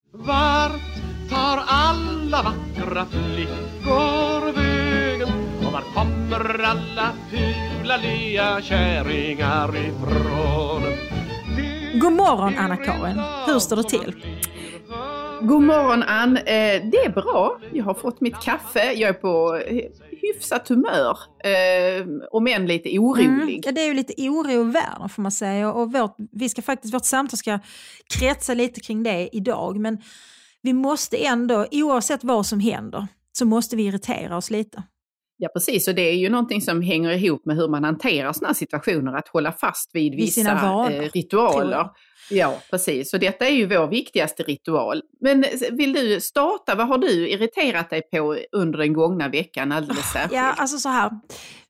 Vart tar alla vackra flickor vägen? Och var kommer alla fula lea kärringar ifrån? God morgon Anna-Karin, hur står det till? God morgon Ann, det är bra. Jag har fått mitt kaffe, jag är på hyfsat humör, om än lite orolig. Ja, det är ju lite oro i världen får man säga, och vårt samtal ska kretsa lite kring det idag, men vi måste ändå, oavsett vad som händer, så måste vi irritera oss lite. Ja precis, och det är ju någonting som hänger ihop med hur man hanterar sådana situationer, att hålla fast vid vissa ritualer. Ja, precis. Så detta är ju vår viktigaste ritual. Men vill du starta? Vad har du irriterat dig på under den gångna veckan alldeles särskilt? Ja, alltså så här.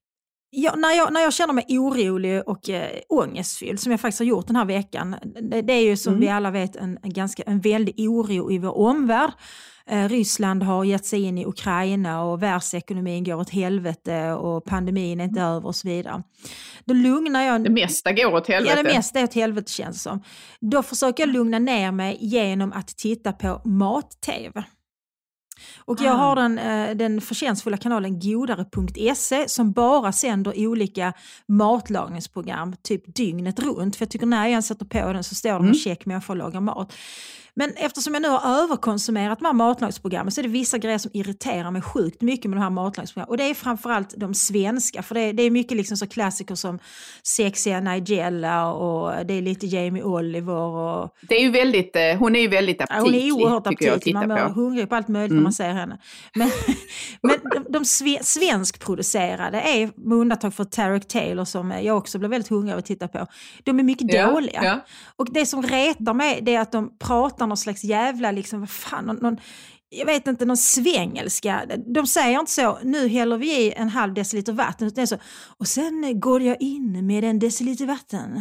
När jag känner mig orolig och ångestfylld, som jag faktiskt har gjort den här veckan, det är ju som vi alla vet en väldig oro i vår omvärld. Ryssland har gett sig in i Ukraina och världsekonomin går åt helvete och pandemin är inte över och så vidare. Då lugnar jag... Det mesta går åt helvete. Ja, det mesta är åt helvete känns som. Då försöker jag lugna ner mig genom att titta på mat-tv. Och jag har den förtjänstfulla kanalen godare.se som bara sänder olika matlagningsprogram typ dygnet runt. För jag tycker när jag sätter på den så står de och check med att få laga mat. Men eftersom jag nu har överkonsumerat de här matlagningsprogrammen så är det vissa grejer som irriterar mig sjukt mycket med de här matlagningsprogrammen. Och det är framförallt de svenska, för det är mycket liksom så klassiker som Sexiga Nigella och det är lite Jamie Oliver. Och... Det är ju väldigt, hon är ju väldigt aptitlig. Hon är oerhört aptitlig, man är hungrig på allt möjligt när man ser henne. Men de svenskproducerade är, med undantag för Tarek Taylor som jag också blev väldigt hungrig av att titta på, de är mycket dåliga. Ja. Och det som retar mig det är att de pratar någon slags jävla, liksom, vad fan, jag vet inte, någon svängelska. De säger inte så, nu häller vi i en halv deciliter vatten, utan det är så, och sen går jag in med en deciliter vatten.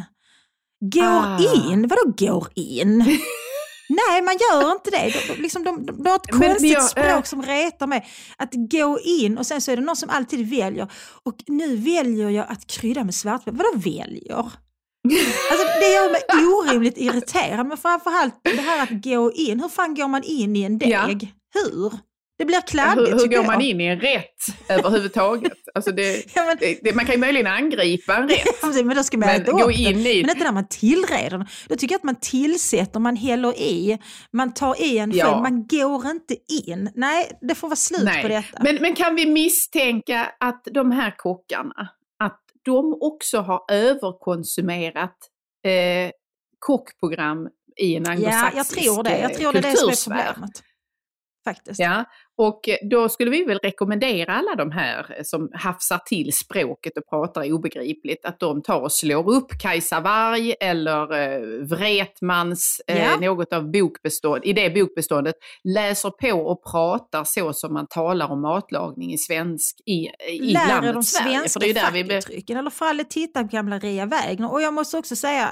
In? Vadå går in? Nej, man gör inte det. De har ett konstigt språk som retar mig. Att gå in och sen så är det någon som alltid väljer. Och nu väljer jag att krydda med svartpeppar. Vadå väljer? Alltså det gör mig orimligt irriterad. Men framförallt det här att gå in. Hur fan går man in i en deg? Ja. Hur? Det blir kladdigt. Hur går man in i en rätt överhuvudtaget? Alltså man kan ju möjligen angripa en rätt. Men då ska man äta upp in i. Men inte när man tillreder den. Då tycker jag att man tillsätter, man häller i, man tar i en själv, man går inte in. Nej, det får vara slut på detta. Men kan vi misstänka att de här kockarna, att de också har överkonsumerat kockprogram i en anglosaxisk kultursfär? Ja, jag tror det. Jag tror det är det som är problemet. Faktiskt. Ja, och då skulle vi väl rekommendera alla de här som hafsar till språket och pratar obegripligt att de tar och slår upp Kajsa Warg eller Wretmans något av bokbestånd. I det bokbeståndet läser på och pratar så som man talar om matlagning i svensk i landet Sverige. För det är där vi eller för alla titta på gamla Ria Wägner. Och jag måste också säga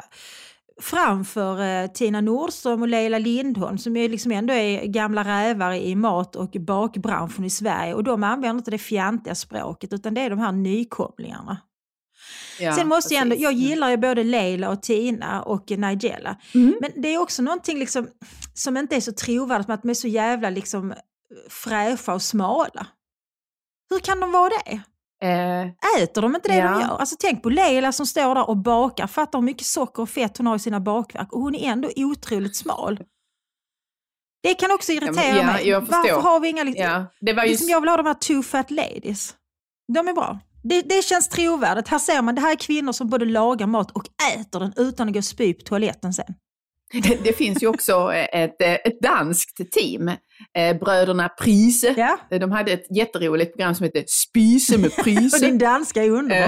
framför Tina Nordström och Leila Lindholm som ju liksom ändå är gamla rävar i mat- och bakbranschen i Sverige, och de använder inte det fjantiga språket utan det är de här nykomlingarna. Ja, sen måste jag ändå, jag gillar ju både Leila och Tina och Nigella, men det är också någonting liksom som inte är så trovärdigt med att de är så jävla liksom fräscha och smala. Hur kan de vara det? Äter de inte det de gör? Alltså tänk på Leila som står där och bakar. Fattar hur mycket socker och fett hon har i sina bakverk. Och hon är ändå otroligt smal. Det kan också irritera mig. Varför har vi inga liksom jag vill ha de här two fat ladies. De är bra. Det känns trovärdigt. Här ser man, det här är kvinnor som både lagar mat och äter den utan att gå och spy på toaletten sen. Det finns ju också ett danskt team, bröderna Prise. Ja. De hade ett jätteroligt program som heter Spise med Prise. Och din danska är underbar.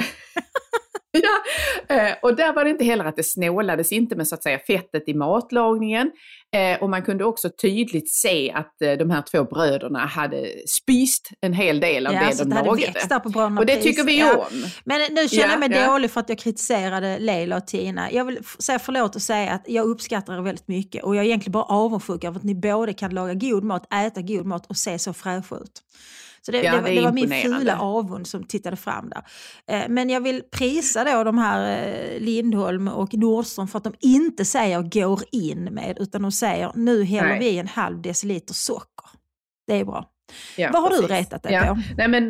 Och där var det inte heller att det snålades inte med så att säga fettet i matlagningen. Och man kunde också tydligt se att de här två bröderna hade spist en hel del av det de lagade. Och det tycker vi om. Men nu känner jag mig dålig för att jag kritiserade Leila och Tina. Jag vill säga förlåt och säga att jag uppskattar det väldigt mycket. Och jag är egentligen bara avundsjuk av att ni både kan laga god mat, äta god mat och se så fräscha ut. Så det var min fula avund som tittade fram där. Men jag vill prisa då de här Lindholm och Nordström för att de inte säger går in med, utan de säger nu häller vi en halv deciliter socker. Det är bra. Ja, vad har du retat dig på? Nej, men,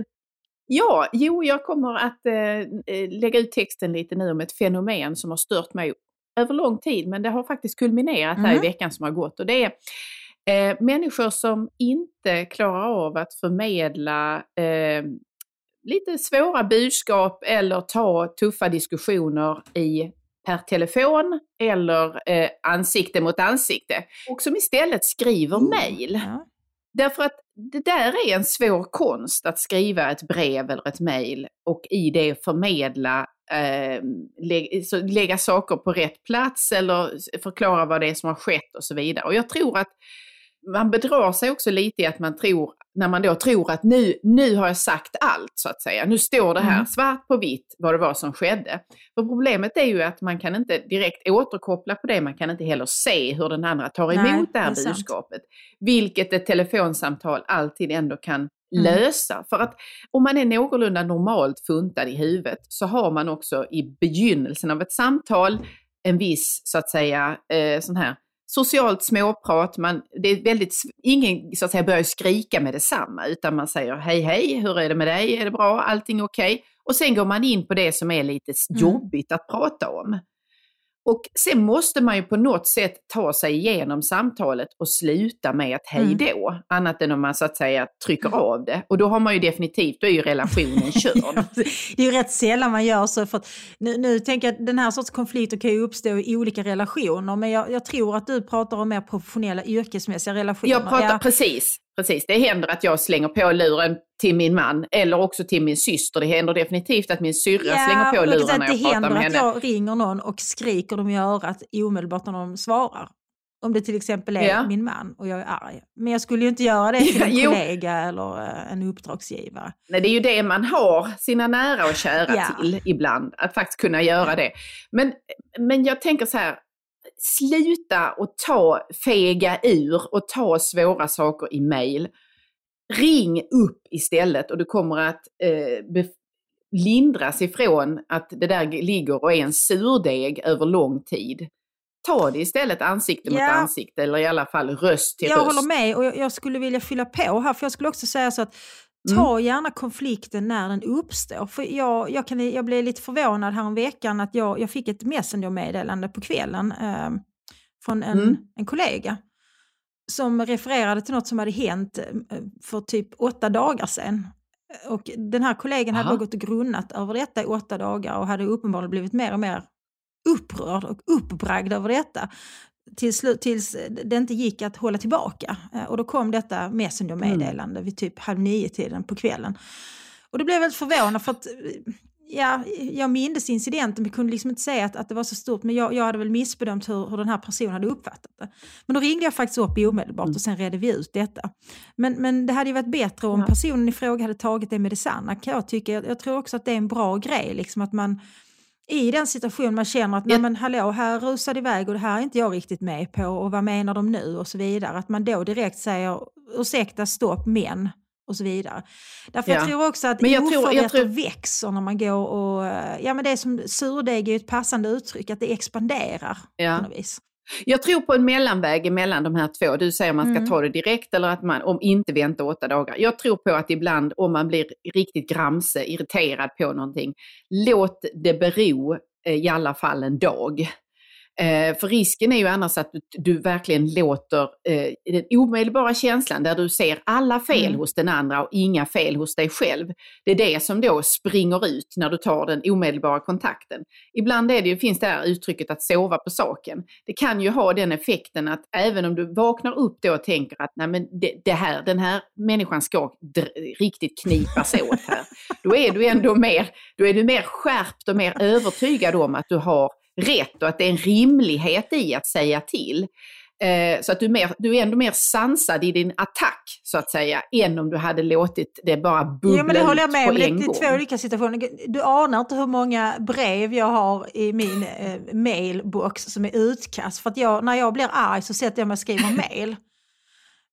jag kommer att lägga ut texten lite nu om ett fenomen som har stört mig över lång tid, men det har faktiskt kulminerat här i veckan som har gått, och det är människor som inte klarar av att förmedla lite svåra budskap eller ta tuffa diskussioner per telefon eller ansikte mot ansikte, och som istället skriver mejl. Ja. Därför att det där är en svår konst, att skriva ett brev eller ett mejl och i det förmedla, lägga saker på rätt plats eller förklara vad det är som har skett och så vidare. Och jag tror att man bedrar sig också lite i att man tror, när man då tror att nu har jag sagt allt så att säga. Nu står det här svart på vitt vad det var som skedde. För problemet är ju att man kan inte direkt återkoppla på det. Man kan inte heller se hur den andra tar emot det här budskapet. Vilket ett telefonsamtal alltid ändå kan lösa. För att om man är någorlunda normalt funtad i huvudet så har man också i begynnelsen av ett samtal en viss, så att säga, sån här socialt småprat. Det är väldigt, ingen så att säga börjar skrika med detsamma, utan man säger hej, hur är det med dig? Är det bra? Allting okej? Och sen går man in på det som är lite jobbigt att prata om. Och sen måste man ju på något sätt ta sig igenom samtalet och sluta med ett hej då. Annat än om man så att säga trycker av det. Och då har man ju definitivt, då är ju relationen körd. Det är ju rätt sällan man gör så. För att nu tänker jag att den här sorts konflikter kan ju uppstå i olika relationer. Men jag tror att du pratar om mer professionella yrkesmässiga relationer. Jag pratar precis. Det händer att jag slänger på luren till min man eller också till min syster. Det händer definitivt att min syrra slänger på luren när jag pratar med henne. Det händer att jag ringer någon och skriker dem i örat omedelbart när de svarar. Om det till exempel är min man och jag är arg. Men jag skulle ju inte göra det till en kollega eller en uppdragsgivare. Nej, det är ju det man har sina nära och kära till ibland. Att faktiskt kunna göra det. Men jag tänker så här. Sluta och fega ur och ta svåra saker i mejl. Ring upp istället och du kommer att lindras ifrån att det där ligger och är en surdeg över lång tid. Ta det istället ansikte mot ansikte, eller i alla fall röst till röst. Jag håller med, och jag skulle vilja fylla på här, för jag skulle också säga så att ta gärna konflikten när den uppstår. För jag blev lite förvånad här om veckan att jag fick ett messengermeddelande på kvällen från en kollega som refererade till något som hade hänt för typ 8 dagar sedan. Och den här kollegan hade gått och grunnat över detta i 8 dagar och hade uppenbarligen blivit mer och mer upprörd och uppbragd över detta. Tills det inte gick att hålla tillbaka. Och då kom detta messengermeddelande vid typ 8:30 på kvällen. Och det blev väldigt förvånad för att jag minns incidenten, men kunde liksom inte säga att det var så stort. Men jag hade väl missbedömt hur den här personen hade uppfattat det. Men då ringde jag faktiskt upp omedelbart och sen redde vi ut detta. Men det hade ju varit bättre om personen i fråga hade tagit det med detsamma, kan jag tycka. Jag tror också att det är en bra grej, liksom att man i den situationen man känner att nej men hallå, här rusade iväg och det här är inte jag riktigt med på och vad menar de nu och så vidare. Att man då direkt säger ursäkta, stopp, men och så vidare. Därför jag tror också att oförrätter växer när man går och men det är som surdeg är ett passande uttryck, att det expanderar på något vis. Jag tror på en mellanväg mellan de här två. Du säger att man ska ta det direkt eller att man om inte vänta 8 dagar. Jag tror på att ibland om man blir riktigt gramse, irriterad på någonting, låt det bero i alla fall en dag. För risken är ju annars att du verkligen låter den omedelbara känslan där du ser alla fel hos den andra och inga fel hos dig själv. Det är det som då springer ut när du tar den omedelbara kontakten. Ibland finns det här uttrycket att sova på saken. Det kan ju ha den effekten att även om du vaknar upp då och tänker att nej, men den här människan ska riktigt knipas åt här. Då är du ändå mer skärpt och mer övertygad om att du har rätt och att det är en rimlighet i att säga till. Så att du är ändå mer sansad i din attack så att säga än om du hade låtit det bara bubbla men det håller jag ut med. på en gång. Det är 2 olika situationer. Du anar inte hur många brev jag har i min mailbox som är utkast. För att när jag blir arg så sätter jag mig och skriver mail.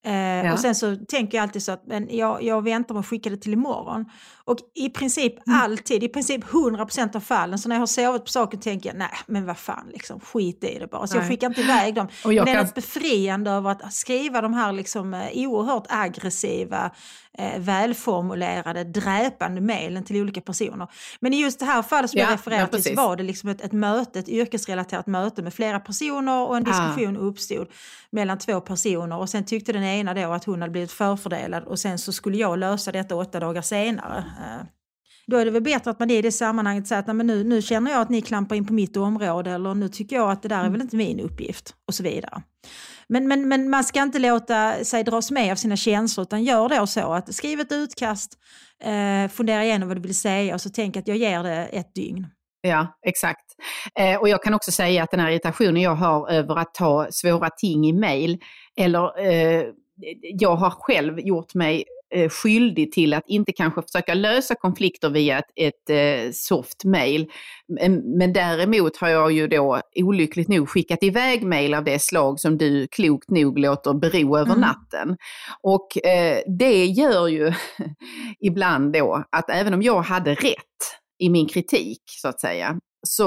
Och sen så tänker jag alltid så att men jag väntar med att skicka det till imorgon. Och i princip alltid, i princip 100% av fallen, så när jag har sovit på saken tänker jag, nej men vad fan, liksom, skit i det bara. Så jag skickar inte iväg dem. Och men det är något befriande över att skriva de här liksom, oerhört aggressiva, välformulerade, dräpande mejlen till olika personer. Men i just det här fallet som jag refererar till så var det liksom ett möte, ett yrkesrelaterat möte med flera personer och en diskussion uppstod mellan 2 personer och sen tyckte den ena då att hon hade blivit förfördelad och sen så skulle jag lösa detta 8 dagar senare. Då är det väl bättre att man i det sammanhanget säger att men nu känner jag att ni klampar in på mitt område eller nu tycker jag att det där är väl inte min uppgift och så vidare. Men man ska inte låta sig dras med av sina känslor utan gör det så att skriv ett utkast, fundera igenom vad du vill säga och så tänk att jag ger det 1 dygn. Ja, exakt. Och jag kan också säga att den här irritationen jag har över att ta svåra ting i mejl eller jag har själv gjort mig skyldig till att inte kanske försöka lösa konflikter via ett soft mail. Men däremot har jag ju då olyckligt nog skickat iväg mail av det slag som du klokt nog låter bero över natten. Och det gör ju ibland då att även om jag hade rätt i min kritik så att säga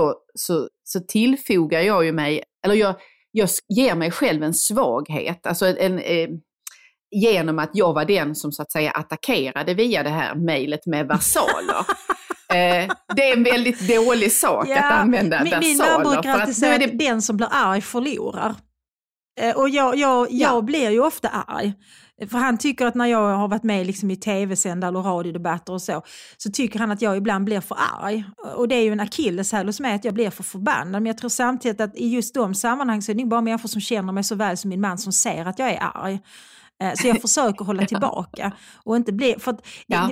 så tillfogar jag ju mig, eller jag ger mig själv en svaghet, alltså genom att jag var den som så att säga attackerade via det här mejlet med versaler. Det är en väldigt dålig sak att använda versaler. Min man brukar alltid säga att den som blir arg förlorar. Och jag blir ju ofta arg. För han tycker att när jag har varit med liksom i tv-sändare och radiodebatter och så tycker han att jag ibland blir för arg. Och det är ju en akilleshäl hos mig att jag blir för förbannad. Men jag tror samtidigt att i just de sammanhang så är det bara människor som känner mig så väl som min man som ser att jag är arg. Så jag försöker hålla tillbaka och inte bli, för att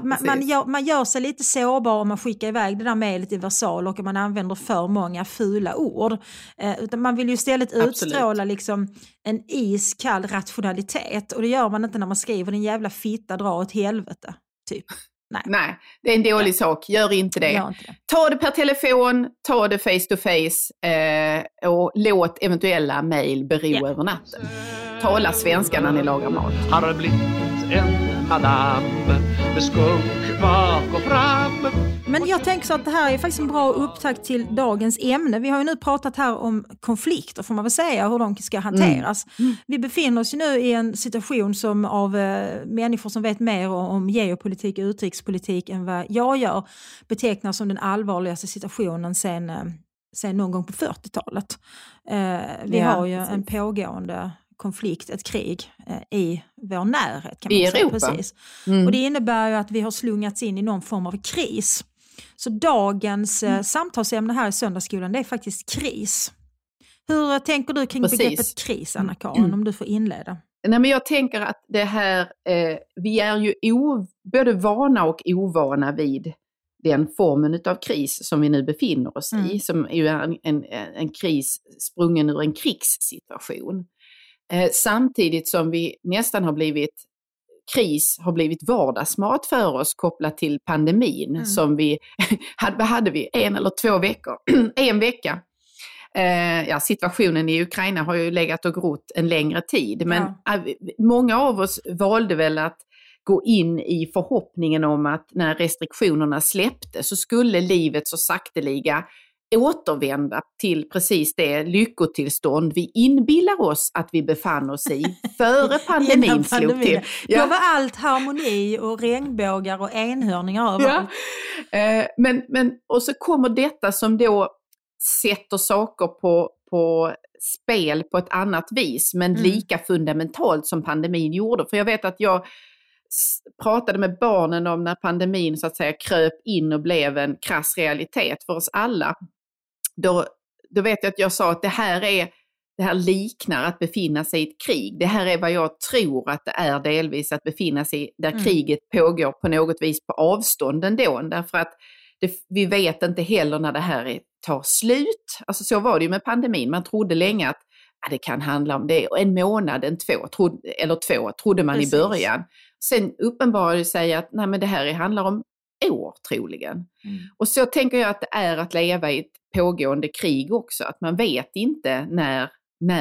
man gör sig lite sårbar om man skickar iväg det där mejlet i versal och man använder för många fula ord. Utan man vill ju istället utstråla liksom en iskall rationalitet och det gör man inte när man skriver en jävla fitta dra åt helvete, typ. Nej, det är en dålig sak. Gör inte det. Ta det per telefon, ta det face to face och låt eventuella mejl bero över natten. Tala svenska när ni lagar mat. Har blivit en madame med skunk bak och fram. Men jag tänker så att det här är faktiskt en bra upptakt till dagens ämne. Vi har ju nu pratat här om konflikter får man väl säga, hur de ska hanteras. Vi befinner oss ju nu i en situation som av människor som vet mer om geopolitik och utrikespolitik än vad jag gör betecknas som den allvarligaste situationen sen någon gång på 40-talet. Vi har ju en pågående konflikt, ett krig i vår närhet kan man säga. Precis. Och det innebär ju att vi har slungats in i någon form av kris. Så dagens samtalsämne här i Söndagsskolan det är faktiskt kris. Hur tänker du kring begreppet kris, Anna-Karin, om du får inleda? Nej, men jag tänker att det här, vi är ju både vana och ovana vid den formen av kris som vi nu befinner oss i, som är ju en kris sprungen ur en krigssituation. Samtidigt som vi nästan har blivit vardagsmat för oss kopplat till pandemin som vi hade vi 1 eller 2 veckor, en vecka. Situationen i Ukraina har ju legat och grott en längre tid, men många av oss valde väl att gå in i förhoppningen om att när restriktionerna släppte så skulle livet så sakteliga återvända till precis det lyckotillstånd vi inbillar oss att vi befann oss i före pandemin slog till. Då var allt harmoni och regnbågar och enhörningar överallt. Men och så kommer detta som då sätter saker på spel på ett annat vis, men lika fundamentalt som pandemin gjorde. För jag vet att jag pratade med barnen om när pandemin så att säga kröp in och blev en krass realitet för oss alla. Då vet jag att jag sa att det här liknar att befinna sig i ett krig. Det här är vad jag tror att det är delvis att befinna sig där kriget pågår på något vis på avstånd ändå. Därför att vi vet inte heller när det här tar slut. Alltså så var det ju med pandemin. Man trodde länge att det kan handla om det. 1 månad, 2 trodde man i början. Sen uppenbarade det sig att nej, men det här handlar om år troligen. Och så tänker jag att det är att leva i ett pågående krig också. Att man vet inte när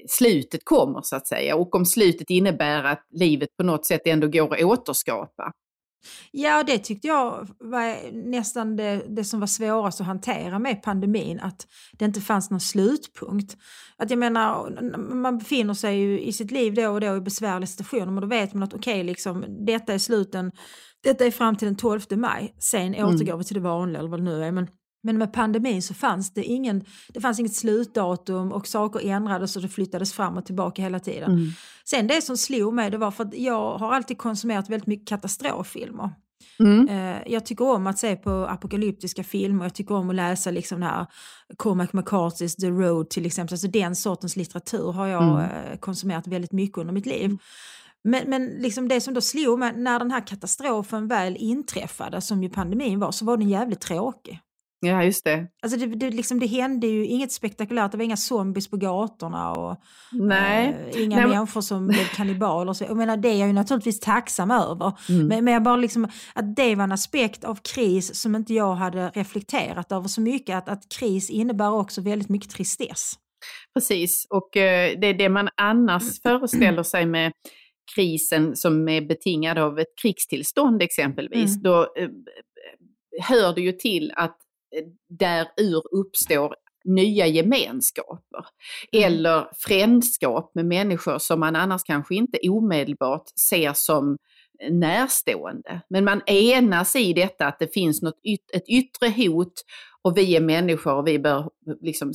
slutet kommer så att säga. Och om slutet innebär att livet på något sätt ändå går att återskapa. Ja, det tyckte jag var nästan det som var svårast att hantera med pandemin, att det inte fanns någon slutpunkt. Att jag menar, man befinner sig ju i sitt liv då och då i besvärliga situationer, och då vet man att okej, liksom, detta är sluten, detta är fram till den 12 maj, sen återgår vi till det vanliga eller vad det nu är. Men med pandemin så fanns det fanns inget slutdatum, och saker ändrades och det flyttades fram och tillbaka hela tiden. Sen det som slog mig, det var för att jag har alltid konsumerat väldigt mycket katastroffilmer. Jag tycker om att se på apokalyptiska filmer, jag tycker om att läsa liksom den här Cormac McCarthy's The Road till exempel. Alltså den sortens litteratur har jag konsumerat väldigt mycket under mitt liv. Men liksom det som då slog mig när den här katastrofen väl inträffade, som ju pandemin var, så var den jävligt tråkig. Ja, just det. Alltså det hände ju inget spektakulärt, det var inga zombies på gatorna och inga människor som blev kannibaler. Så, jag menar, det är jag ju naturligtvis tacksam över. Men jag bara liksom, att det var en aspekt av kris som inte jag hade reflekterat över så mycket, att kris innebär också väldigt mycket tristess. Precis, och det är det man annars föreställer sig med krisen som är betingad av ett krigstillstånd exempelvis. Då hör det ju till att där ur uppstår nya gemenskaper eller frändskap med människor som man annars kanske inte omedelbart ser som närstående. Men man enas i detta att det finns ett yttre hot, och vi är människor och vi bör liksom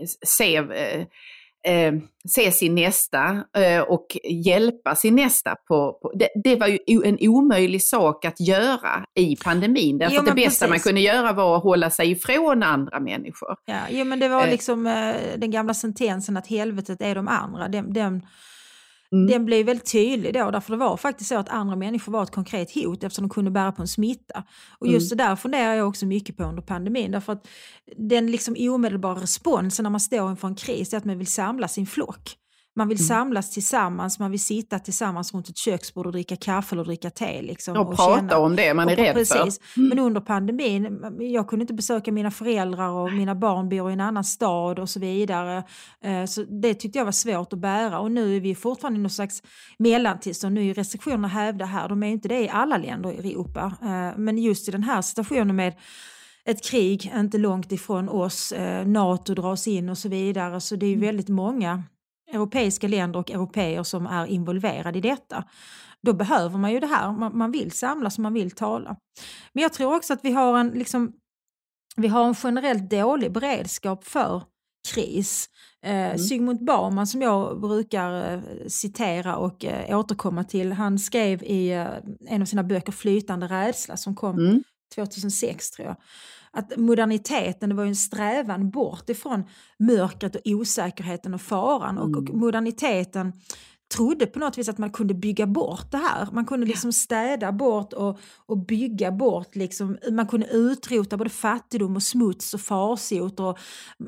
se sin nästa och hjälpa sin nästa det var ju en omöjlig sak att göra i pandemin. Därför att det bästa man kunde göra var att hålla sig ifrån andra människor. Ja, men det var liksom den gamla sentensen att helvetet är de andra. Den blev väldigt tydlig då, därför det var faktiskt så att andra människor var ett konkret hot eftersom de kunde bära på en smitta. Och just det där funderar jag också mycket på under pandemin, därför att den liksom omedelbara responsen när man står inför en kris är att man vill samla sin flock. Man vill samlas tillsammans, man vill sitta tillsammans runt ett köksbord och dricka kaffe eller dricka te. Liksom, och prata om det man är rädd för. Men under pandemin, jag kunde inte besöka mina föräldrar och mina barn bor i en annan stad och så vidare. Så det tyckte jag var svårt att bära, och nu är vi fortfarande i någon slags mellantillstånd. Nu är restriktionerna hävda här, de är inte det i alla länder i Europa. Men just i den här situationen med ett krig inte långt ifrån oss, NATO dras in och så vidare, så det är ju väldigt många europeiska länder och europeer som är involverade i detta. Då behöver man ju det här. Man vill samlas och man vill tala. Men jag tror också att vi har en generellt dålig beredskap för kris. Zygmunt Bauman, som jag brukar citera och återkomma till, han skrev i en av sina böcker Flytande rädsla som kom 2006 tror jag, att moderniteten, det var ju en strävan bort ifrån mörkret och osäkerheten och faran. Och moderniteten trodde på något vis att man kunde bygga bort det här. Man kunde liksom städa bort och bygga bort. Liksom, man kunde utrota både fattigdom och smuts och farsot. Och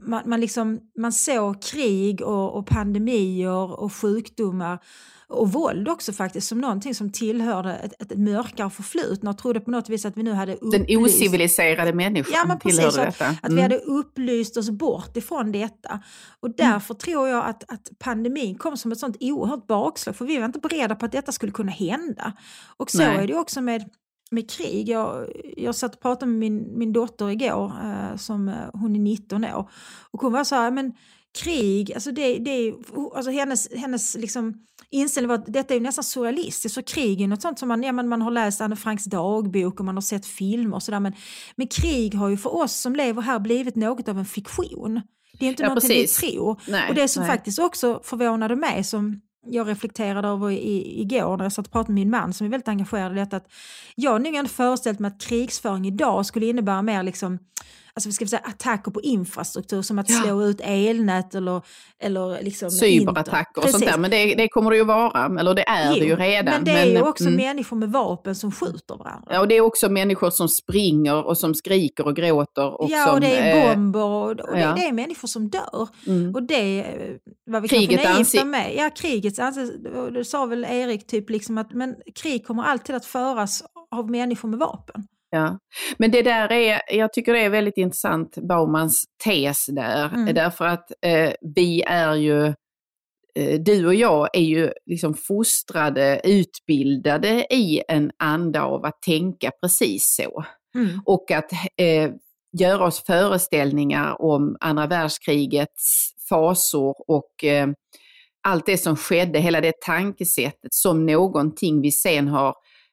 man såg krig och pandemier och sjukdomar och våld också faktiskt som någonting som tillhörde ett mörkare förflutna, och trodde på något vis att vi nu hade upplyst. Den ociviliserade människan tillhörde detta. Att vi hade upplyst oss bort ifrån detta. Och därför tror jag att pandemin kom som ett sånt oerhört bakslag, för vi var inte beredda på att detta skulle kunna hända. Och så är det också med krig. Jag satt och pratade med min dotter igår, som hon är 19 år. Och hon var så här, men krig, alltså alltså hennes liksom inställning var att detta är nästan surrealistiskt, så krig är något sånt som man har läst Anne Franks dagbok och man har sett filmer och sådär, men krig har ju för oss som lever här blivit något av en fiktion. Det är inte någonting vi tror. Och det som faktiskt också förvånade mig, som jag reflekterade över igår när jag satt och pratade med min man som är väldigt engagerad i detta, att jag nog inte föreställt mig att krigsföring idag skulle innebära mer liksom, alltså vi ska säga attacker på infrastruktur, som att slå ut elnät eller liksom cyberattacker och sånt där, men det kommer det ju vara, eller det är det ju redan. Men det är ju också människor med vapen som skjuter varandra. Ja, och det är också människor som springer och som skriker och gråter. Och och det är bomber och det är människor som dör. Och det var vi kanske naivt med. Ja, krigets ansikte, det sa väl Erik typ liksom att men krig kommer alltid att föras av människor med vapen. Ja, men det där jag tycker det är väldigt intressant, Baumans tes där, därför att vi är ju du och jag är ju liksom fostrade, utbildade i en anda av att tänka precis så. Och att göra oss föreställningar om andra världskrigets fasor och allt det som skedde, hela det tankesättet som någonting vi sen har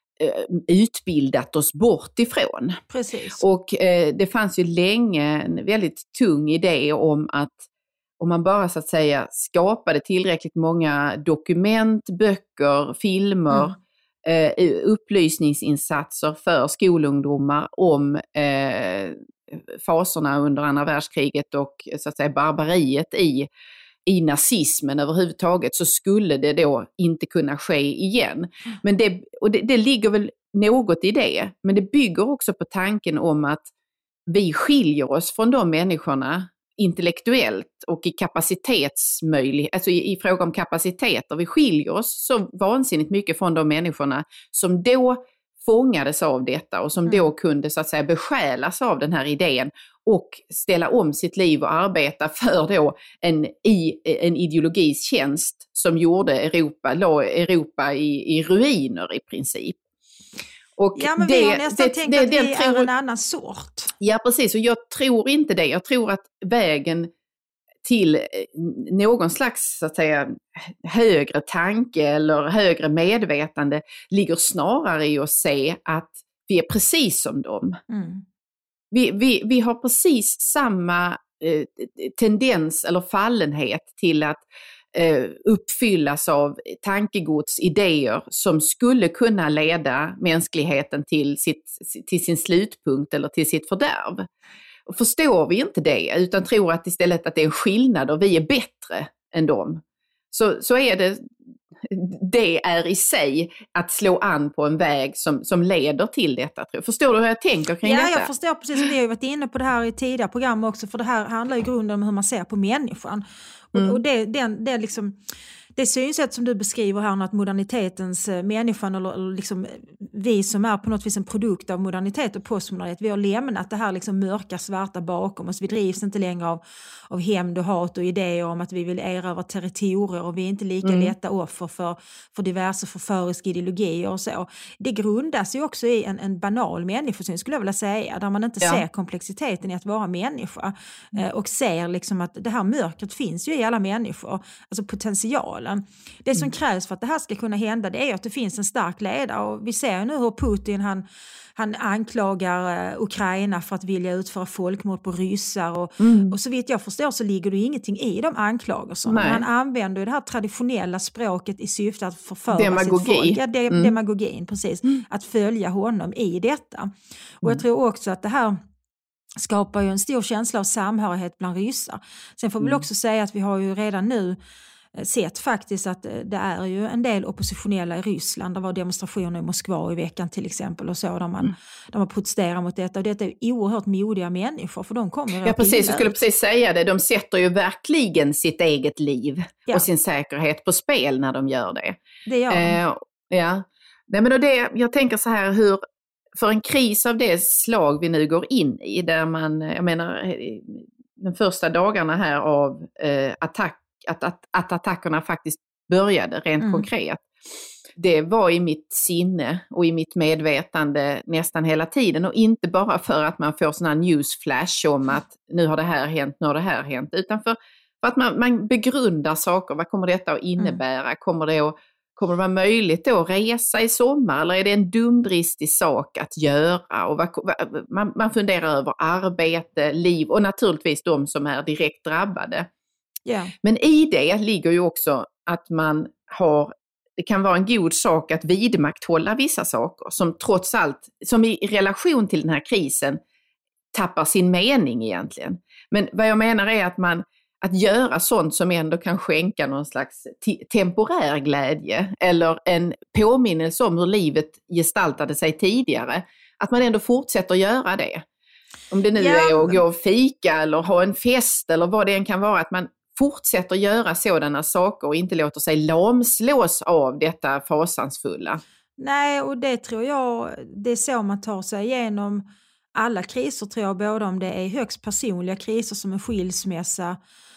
utbildat oss bort ifrån. Precis. Och det fanns ju länge en väldigt tung idé om att om man bara så att säga skapade tillräckligt många dokument, böcker, filmer, upplysningsinsatser för skolungdomar om fasorna under andra världskriget och så att säga barbariet i nazismen överhuvudtaget, så skulle det då inte kunna ske igen. Men det ligger väl något i det, men det bygger också på tanken om att vi skiljer oss från de människorna intellektuellt och i kapacitetsmöjlighet, alltså i fråga om kapaciteter. Vi skiljer oss så vansinnigt mycket från de människorna som då fångades av detta och som då kunde så att säga besjälas av den här idén och ställa om sitt liv och arbeta för då en ideologis tjänst som gjorde Europa i ruiner i princip. Och ja, men vi har nästan tänkt att vi är en annan sort. Ja, precis. Och jag tror inte det. Jag tror att vägen till någon slags så att säga högre tanke eller högre medvetande ligger snarare i att se att vi är precis som dem. Vi har precis samma tendens eller fallenhet till att uppfyllas av tankegods, idéer som skulle kunna leda mänskligheten till sin slutpunkt eller till sitt fördärv. Och förstår vi inte det utan tror att istället att det är en skillnad och vi är bättre än dem, så är det är i sig att slå an på en väg som leder till detta. Förstår du hur jag tänker kring detta? Ja, jag förstår precis. Vi har ju varit inne på det här i tidigare program också, för det här handlar i grunden om hur man ser på människan. Och det liksom det synsätt som du beskriver här, att modernitetens människan eller liksom vi som är på något vis en produkt av modernitet och postmodernitet, vi har lämnat det här liksom mörka svarta bakom oss. Vi drivs inte längre av hämnd och hat och idéer om att vi vill erövra territorier, och vi är inte lika lätta offer för diverse förföriska ideologier och så. Det grundas ju också i en banal människosyn, skulle jag vilja säga, där man inte ser komplexiteten i att vara människa och ser liksom att det här mörkret finns ju i alla människor, alltså potentialen. Det som krävs för att det här ska kunna hända, det är att det finns en stark ledare, och vi ser nu hur Putin han anklagar Ukraina för att vilja utföra folkmord på ryssar och så vitt jag förstår så ligger det ingenting i de anklagelserna. Han använder ju det här traditionella språket i syfte att förföra sitt folk. Ja, demagogin, precis. Att följa honom i detta. Och jag tror också att det här skapar ju en stor känsla av samhörighet bland ryssar. Sen får vi väl också säga att vi har ju redan nu sett faktiskt att det är ju en del oppositionella i Ryssland. Det var demonstrationer i Moskva i veckan till exempel och så, där man protesterar mot detta. Och detta är oerhört modiga människor, för de kommer... Ja, precis. Jag skulle precis säga det. De sätter ju verkligen sitt eget liv och sin säkerhet på spel när de gör det. Det gör de. Ja. Nej, men jag tänker så här, hur för en kris av det slag vi nu går in i, där man, jag menar, de första dagarna här av att attackerna faktiskt började rent konkret. Det var i mitt sinne och i mitt medvetande nästan hela tiden, och inte bara för att man får såna newsflash om att nu har det här hänt, nu har det här hänt, utan för att man begrundar saker. Vad kommer detta att innebära? Kommer det vara möjligt då att resa i sommar, eller är det en dumdristig sak att göra? Och man funderar över arbete, liv och naturligtvis de som är direkt drabbade. Yeah. Men i det ligger ju också att det kan vara en god sak att vidmakthålla vissa saker som trots allt, som i relation till den här krisen tappar sin mening egentligen. Men vad jag menar är att göra sånt som ändå kan skänka någon slags temporär glädje eller en påminnelse om hur livet gestaltade sig tidigare, att man ändå fortsätter göra det. Om det nu är att gå och fika eller ha en fest eller vad det än kan vara, att man fortsätter göra sådana saker och inte låter sig lamslås av detta fasansfulla. Nej, och det tror jag, det är så man tar sig igenom alla kriser, tror jag, både om det är högst personliga kriser som en skilsmässa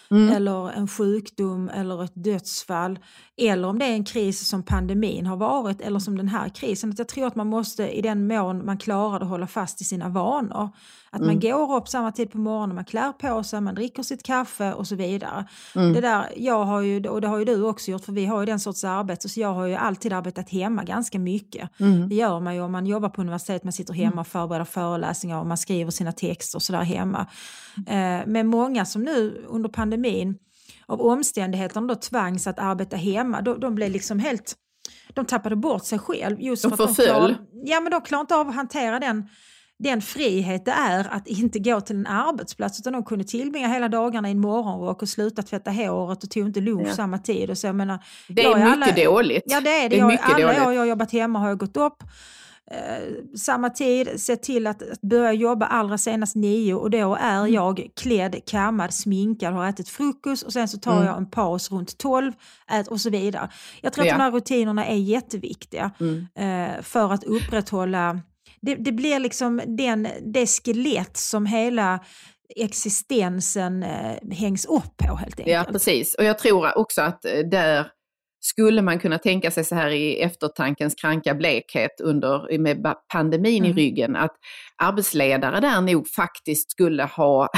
eller en sjukdom eller ett dödsfall, eller om det är en kris som pandemin har varit eller som den här krisen. Att jag tror att man måste, i den mån man klarar att hålla fast i sina vanor, att man går upp samma tid på morgonen, man klär på sig, man dricker sitt kaffe och så vidare. Det där, jag har ju, och det har ju du också gjort, för vi har ju den sorts arbete, så jag har ju alltid arbetat hemma ganska mycket. Det gör man ju om man jobbar på universitet, man sitter hemma och förbereder föreläsningar och man skriver sina texter och sådär hemma. Men många som nu under pandemin av omständigheterna då tvangs att arbeta hemma, de blev liksom helt, de tappade bort sig själv. Just de förföll. Men de klarar inte av att hantera den frihet det är att inte gå till en arbetsplats, utan de kunde tillbringa hela dagarna i en morgonrock och sluta tvätta håret och tog inte lunch samma tid. Och så, jag menar, det är mycket dåligt. Ja, det är det. Jag har jobbat hemma, har jag gått upp samma tid, sett till att börja jobba allra senast 9, och då är jag klädd, kammad, sminkad, har ätit frukost och sen så tar jag en paus runt 12 och så vidare. Jag tror att de här rutinerna är jätteviktiga för att upprätthålla. Det blir liksom det skelett som hela existensen hängs upp på, helt enkelt. Ja, precis. Och jag tror också att där skulle man kunna tänka sig så här i eftertankens kranka blekhet med pandemin i ryggen, att arbetsledare där nog faktiskt skulle ha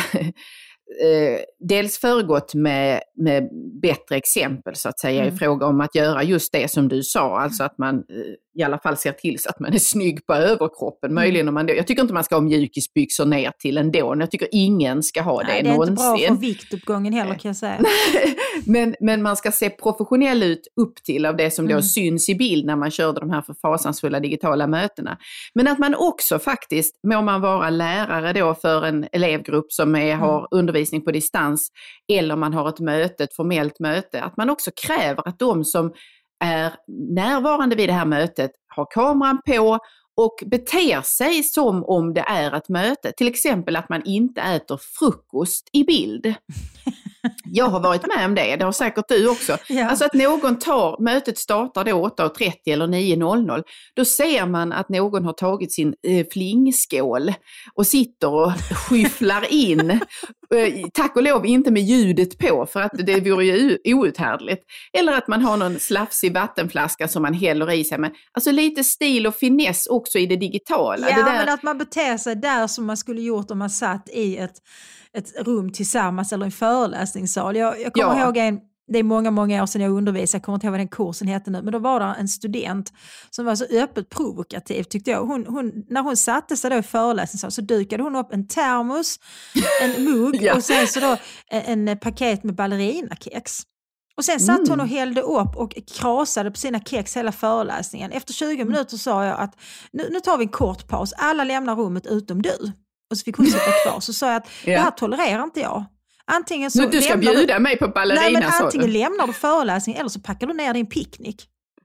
dels föregått med bättre exempel så att säga i fråga om att göra just det som du sa, alltså att man i alla fall ser till så att man är snygg på överkroppen. Möjligen om jag tycker inte man ska ha mjukisbyxor ner till ändå. Jag tycker ingen ska ha det någonsin. Det är inte bra för viktuppgången heller, kan jag säga. men man ska se professionell ut upp till av det som då syns i bild när man körde de här fasansfulla digitala mötena. Men att man också faktiskt, må man vara lärare då för en elevgrupp som har undervisning på distans, eller man har ett formellt möte, att man också kräver att de som är närvarande vid det här mötet har kameran på och beter sig som om det är ett möte. Till exempel att man inte äter frukost i bild. Jag har varit med om det har säkert du också. Ja. Alltså att mötet startar då 8.30 eller 9.00. Då ser man att någon har tagit sin flingskål och sitter och skyfflar in. Tack och lov inte med ljudet på, för att det vore ju outhärdligt. Eller att man har någon slafsig vattenflaska som man häller i sig. Men alltså lite stil och finess också i det digitala. Ja, det där... men att man beter sig där som man skulle gjort om man satt i ett rum tillsammans eller en föreläsningssal. Jag kommer ihåg det är många år sedan jag undervisade, jag kommer inte ihåg vad den kursen heter nu, men då var det en student som var så öppet provokativ, tyckte jag. När hon satte sig då i föreläsningssal så dukade hon upp en termos, en mugg och sen så då en paket med ballerinakex. Och sen satt hon och hällde upp och krasade på sina kex hela föreläsningen. Efter 20 minuter sa jag att nu tar vi en kort paus, alla lämnar rummet utom du. Och så fick hon sitta kvar. Så sa jag att det här tolererar inte jag. Antingen så du ska bjuda mig på ballerina. Nej, men antingen lämnar du föreläsningen eller så packar du ner din picknick.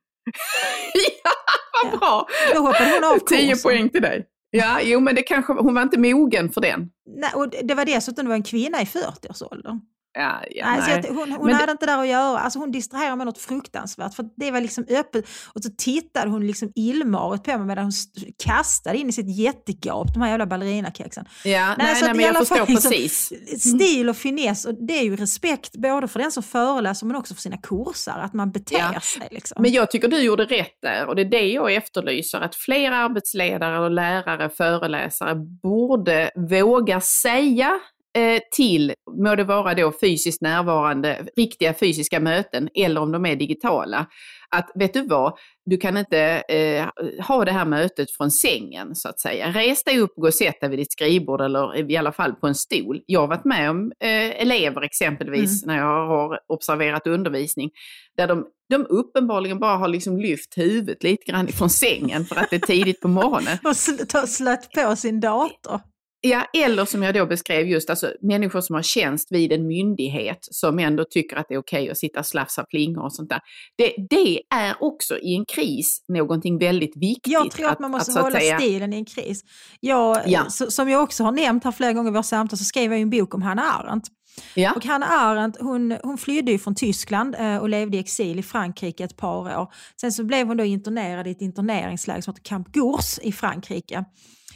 Vad bra. Då hoppade hon av kursen. 10 poäng till dig. Ja, jo, men det kanske, hon var inte mogen för den. Nej, och det var dessutom en kvinna i 40-årsåldern. Nej. Hon hade inte där att göra. Alltså hon distraherade med något fruktansvärt. För det var liksom öppet. Och så tittade hon liksom illmarigt på mig medan hon kastade in i sitt jättegap de här jävla ballerinakexen. Ja, men jag förstår liksom, precis. Stil och finess. Och det är ju respekt både för den som föreläser men också för sina kursar. Att man beter sig. Liksom. Men jag tycker du gjorde rätt där. Och det är det jag efterlyser. Att fler arbetsledare och lärare, föreläsare borde våga säga till, må det vara då fysiskt närvarande, riktiga fysiska möten eller om de är digitala, att vet du vad, du kan inte ha det här mötet från sängen så att säga. Res dig upp och gå och sätta vid ditt skrivbord eller i alla fall på en stol. Jag har varit med om elever exempelvis när jag har observerat undervisning där de uppenbarligen bara har liksom lyft huvudet lite grann från sängen för att det är tidigt på morgonen. Och slött på sin dator. Ja, eller som jag då beskrev just, alltså människor som har tjänst vid en myndighet som ändå tycker att det är okej att sitta och slafsa flingor och sånt där. Det är också i en kris någonting väldigt viktigt. Jag tror att man måste hålla stilen i en kris. Som jag också har nämnt här flera gånger i vår samtal så skrev jag en bok om Hannah Arendt. Ja. Och Hannah Arendt, hon flydde ju från Tyskland och levde i exil i Frankrike ett par år. Sen så blev hon då internerad i ett interneringsläger som heter Camp Gurs i Frankrike.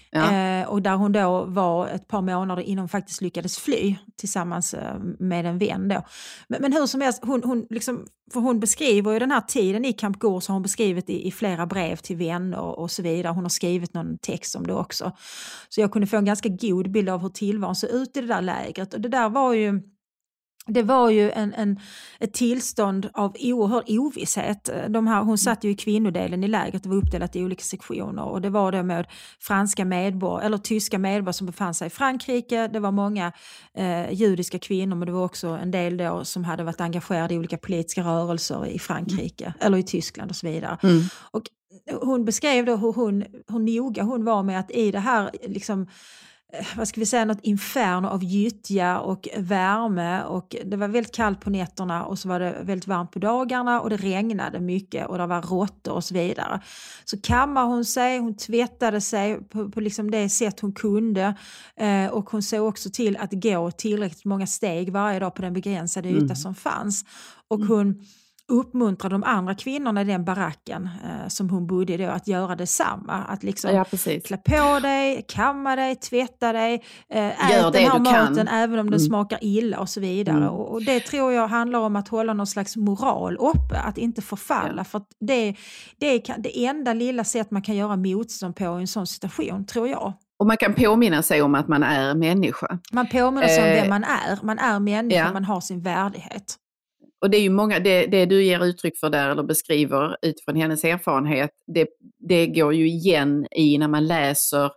Och där hon då var ett par månader innan hon faktiskt lyckades fly tillsammans med en vän då. Men hur som helst, hon beskriver ju den här tiden i Camp Gore, så har hon beskrivit i flera brev till vänner och så vidare. Hon har skrivit någon text om det också. Så jag kunde få en ganska god bild av hur tillvaron såg ut i det där lägret. Och det var ju ett tillstånd av oerhörd ovisshet. Hon satt ju i kvinnodelen i lägret, det var uppdelat i olika sektioner, och det var då med franska medborgare eller tyska medborgare som befann sig i Frankrike. Det var många judiska kvinnor, men det var också en del då som hade varit engagerade i olika politiska rörelser i Frankrike eller i Tyskland och så vidare. Och hon beskrev då hur noga hon var med att i det här vad ska vi säga, något inferno av gyttja och värme, och det var väldigt kallt på nätterna och så var det väldigt varmt på dagarna och det regnade mycket och det var råttor och så vidare. Så kammade hon sig, hon tvättade sig på det sätt hon kunde, och hon såg också till att gå tillräckligt många steg varje dag på den begränsade yta som fanns, och hon uppmuntrade de andra kvinnorna i den baracken som hon bodde i då att göra detsamma. Att klä på dig, kamma dig, tvätta dig, ät den här maten även om den smakar illa och så vidare. Och det tror jag handlar om att hålla någon slags moral uppe, att inte förfalla. För att det är det enda lilla sätt man kan göra motstånd på i en sån situation, tror jag. Och man kan påminna sig om att man är människa. Man påminner sig om vem man är. Man är människa, man har sin värdighet. Och det är ju många, det du ger uttryck för där eller beskriver utifrån hennes erfarenhet, det går ju igen i när man läser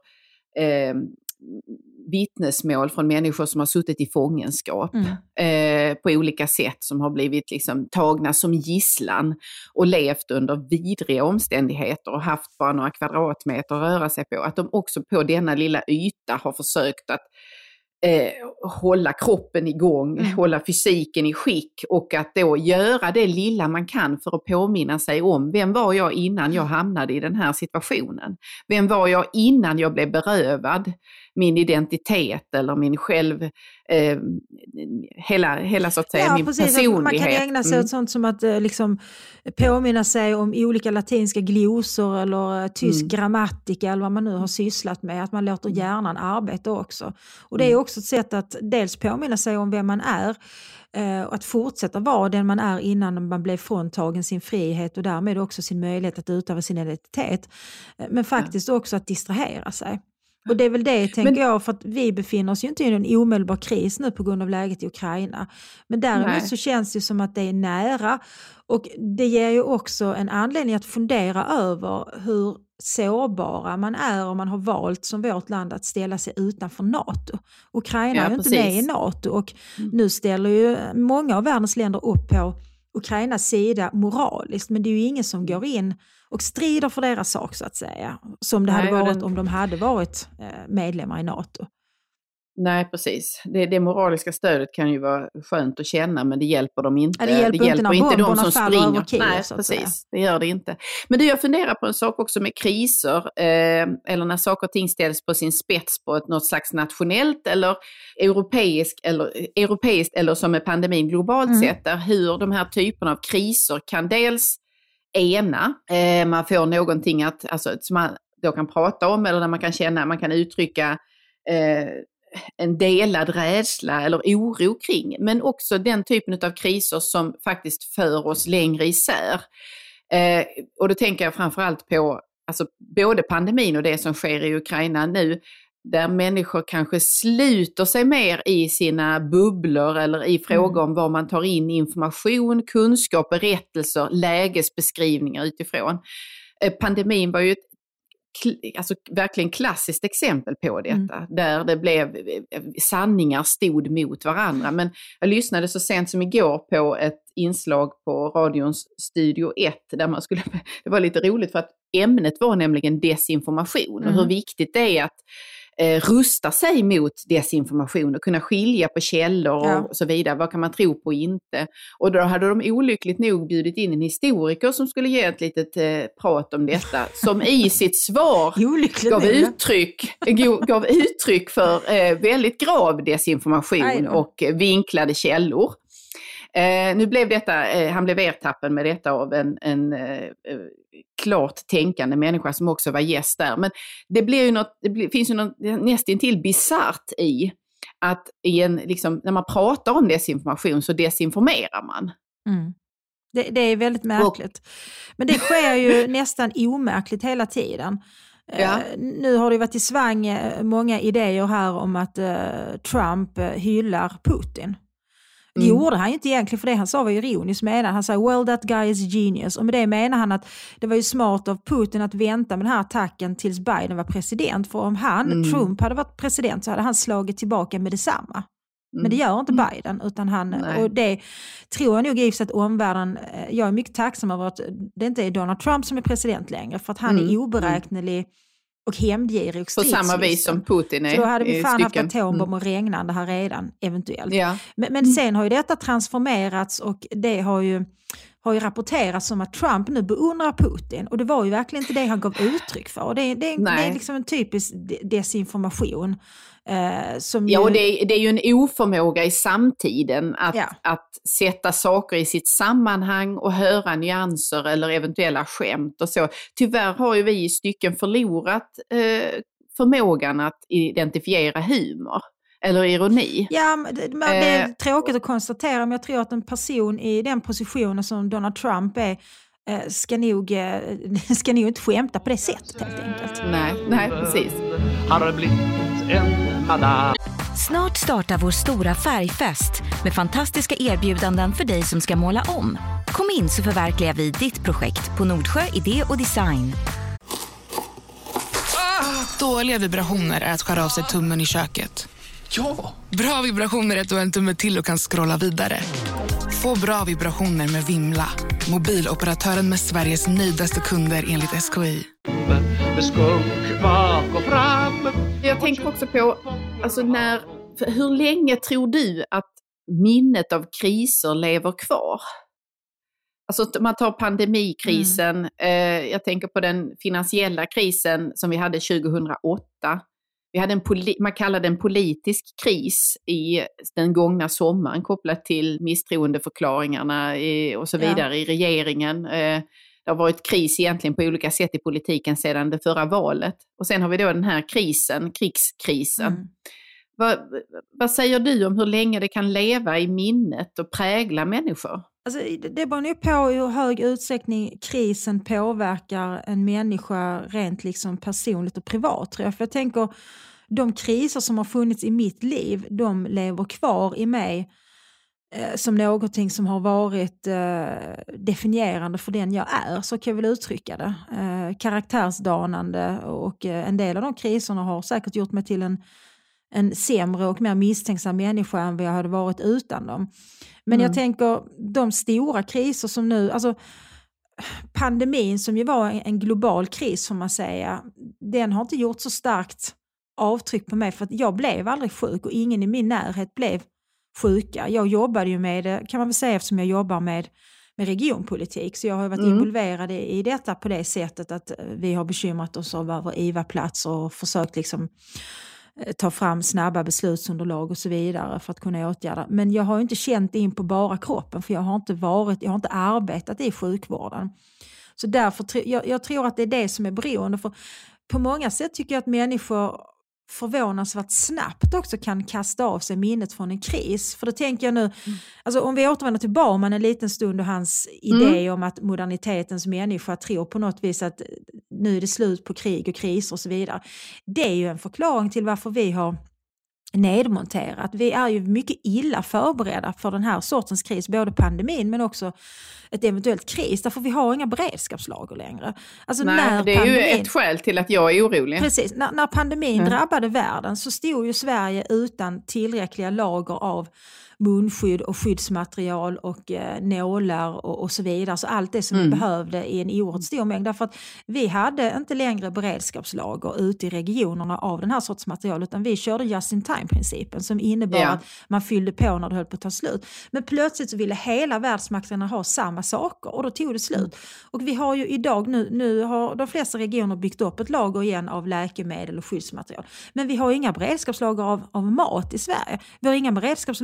vittnesmål från människor som har suttit i fångenskap på olika sätt, som har blivit tagna som gisslan och levt under vidriga omständigheter och haft bara några kvadratmeter att röra sig på. Att de också på denna lilla yta har försökt att hålla kroppen igång, hålla fysiken i skick, och att då göra det lilla man kan för att påminna sig om vem var jag innan jag hamnade i den här situationen. Vem var jag innan jag blev berövad min identitet eller min hela så att säga min personlighet. Man kan ägna sig åt sånt som att påminna sig om olika latinska glosor eller tysk grammatika eller vad man nu har sysslat med, att man låter hjärnan arbeta också. Och det är också ett sätt att dels påminna sig om vem man är och att fortsätta vara den man är innan man blev fråntagen sin frihet och därmed också sin möjlighet att utöva sin identitet. Men faktiskt också att distrahera sig. Och det är väl det, tänker jag, för att vi befinner oss ju inte i en omedelbar kris nu på grund av läget i Ukraina. Men däremot så känns det som att det är nära, och det ger ju också en anledning att fundera över hur sårbara man är om man har valt som vårt land att ställa sig utanför NATO. Ukraina är ju inte med i NATO, och nu ställer ju många av världens länder upp på Ukrainas sida moraliskt, men det är ju ingen som går in och strider för deras sak, så att säga, som det hade varit om de hade varit medlemmar i NATO. Nej, precis. Det moraliska stödet kan ju vara skönt att känna, men det hjälper dem inte. Det hjälper inte de som springer. Kiev, nej, precis. Det gör det inte. Men du, jag funderar på en sak också med kriser, eller när saker och ting ställs på sin spets på något slags nationellt eller europeiskt eller som med pandemin globalt sett, där hur de här typerna av kriser kan dels ena, man får någonting som man då kan prata om, eller där man kan känna, man kan uttrycka en delad rädsla eller oro kring, men också den typen av kriser som faktiskt för oss längre isär. Och då tänker jag framförallt på både pandemin och det som sker i Ukraina nu, där människor kanske sluter sig mer i sina bubblor eller i fråga om vad man tar in information, kunskap, berättelser, lägesbeskrivningar utifrån. Pandemin var ju verkligen klassiskt exempel på detta, där det blev sanningar stod mot varandra. Men jag lyssnade så sent som igår på ett inslag på radions Studio 1 där det var lite roligt för att ämnet var nämligen desinformation och hur viktigt det är att rusta sig mot desinformation och kunna skilja på källor och så vidare. Vad kan man tro på och inte? Och då hade de olyckligt nog bjudit in en historiker som skulle ge ett litet prat om detta, som i sitt svar gav uttryck för väldigt grav desinformation och vinklade källor. Nu blev detta, han blev ertappen med detta av en klart tänkande människa som också var gäst där. Men det blir ju finns ju något nästintill bisarrt i att liksom, när man pratar om desinformation så desinformerar man. Mm. Det är väldigt märkligt. Men det sker ju nästan omärkligt hela tiden. Ja. Nu har det varit i svang många idéer här om att Trump hyllar Putin. Det gjorde han ju inte egentligen, för det han sa var ironiskt menat. Han sa well that guy is genius. Och med det menar han att det var ju smart av Putin att vänta med den här attacken tills Biden var president. För om Trump hade varit president så hade han slagit tillbaka med detsamma. Men det gör inte Biden, utan och det tror jag nog i att omvärlden, jag är mycket tacksam över att det inte är Donald Trump som är president längre, för att han är oberäknelig och hämndgirig och på samma vis som Putin är. Så då hade vi fan haft atombomber och regnande här redan, eventuellt. Ja. Men sen har ju detta transformerats, och det har ju rapporterats som att Trump nu beundrar Putin, och det var ju verkligen inte det han gav uttryck för. Och det är liksom en typisk desinformation. Och det är ju en oförmåga i samtiden att sätta saker i sitt sammanhang och höra nyanser eller eventuella skämt och så. Tyvärr har ju vi i stycken förlorat förmågan att identifiera humor eller ironi. Ja, det är tråkigt att konstatera, men jag tror att en person i den positionen som Donald Trump är ska nog inte skämta på det sättet, helt enkelt. Nej, precis. Har blivit en madame. Snart startar vår stora färgfest med fantastiska erbjudanden för dig som ska måla om. Kom in så förverkligar vi ditt projekt på Nordsjö Idé och Design. Dåliga vibrationer är att skära av sig tummen i köket. Ja! Bra vibrationer är att du har en tumme till och kan scrolla vidare. Få bra vibrationer med Vimla. Mobiloperatören med Sveriges nöjdaste kunder enligt SKI. Med skunk bak och fram. Jag tänker också på, alltså hur länge tror du att minnet av kriser lever kvar? Alltså man tar pandemikrisen, jag tänker på den finansiella krisen som vi hade 2008. Vi hade man kallade en politisk kris i den gångna sommaren kopplat till misstroendeförklaringarna och så vidare i regeringen. Det har varit kris egentligen på olika sätt i politiken sedan det förra valet. Och sen har vi då den här krigskrisen. Vad säger du om hur länge det kan leva i minnet och prägla människor? Alltså, det beror nu på hur hög utsträckning krisen påverkar en människa rent liksom personligt och privat. För jag tänker, de kriser som har funnits i mitt liv, de lever kvar i mig som någonting som har varit definierande för den jag är. Så kan jag väl uttrycka det. Karaktärsdanande, och en del av de kriserna har säkert gjort mig till en sämre och mer misstänksam människa än vad jag hade varit utan dem. Men jag tänker, de stora kriser som nu, alltså pandemin som ju var en global kris får man säga, den har inte gjort så starkt avtryck på mig, för att jag blev aldrig sjuk och ingen i min närhet blev sjuka. Jag jobbade ju med det, kan man väl säga, eftersom jag jobbar med regionpolitik, så jag har varit involverad i detta på det sättet att vi har bekymrat oss över IVA-plats och försökt liksom ta fram snabba beslutsunderlag och så vidare för att kunna åtgärda. Men jag har inte känt in på bara kroppen, för jag har inte arbetat i sjukvården. Så därför jag tror att det är det som är beroende. För på många sätt tycker jag att människor förvånansvärt snabbt också kan kasta av sig minnet från en kris. För då tänker jag nu, alltså om vi återvänder till Bauman en liten stund och hans idé om att modernitetens människa tror på något vis att nu är det slut på krig och kriser och så vidare. Det är ju en förklaring till varför vi har nedmonterat. Vi är ju mycket illa förberedda för den här sortens kris, både pandemin men också ett eventuellt kris, därför vi har inga beredskapslager längre. Alltså nej, det är ju ett skäl till att jag är orolig. Precis, när pandemin drabbade världen så stod ju Sverige utan tillräckliga lager av munskydd och skyddsmaterial och nålar och så vidare. Så allt det som vi behövde i en oerhört stor mängd. Därför att vi hade inte längre beredskapslager ute i regionerna av den här sorts material, utan vi körde just-in-time-principen som innebar att man fyllde på när det höll på att ta slut. Men plötsligt så ville hela världsmarknaden ha samma saker och då tog det slut. Och vi har ju idag, nu har de flesta regioner byggt upp ett lager igen av läkemedel och skyddsmaterial. Men vi har inga beredskapslager av mat i Sverige. Vi har inga beredskapslager av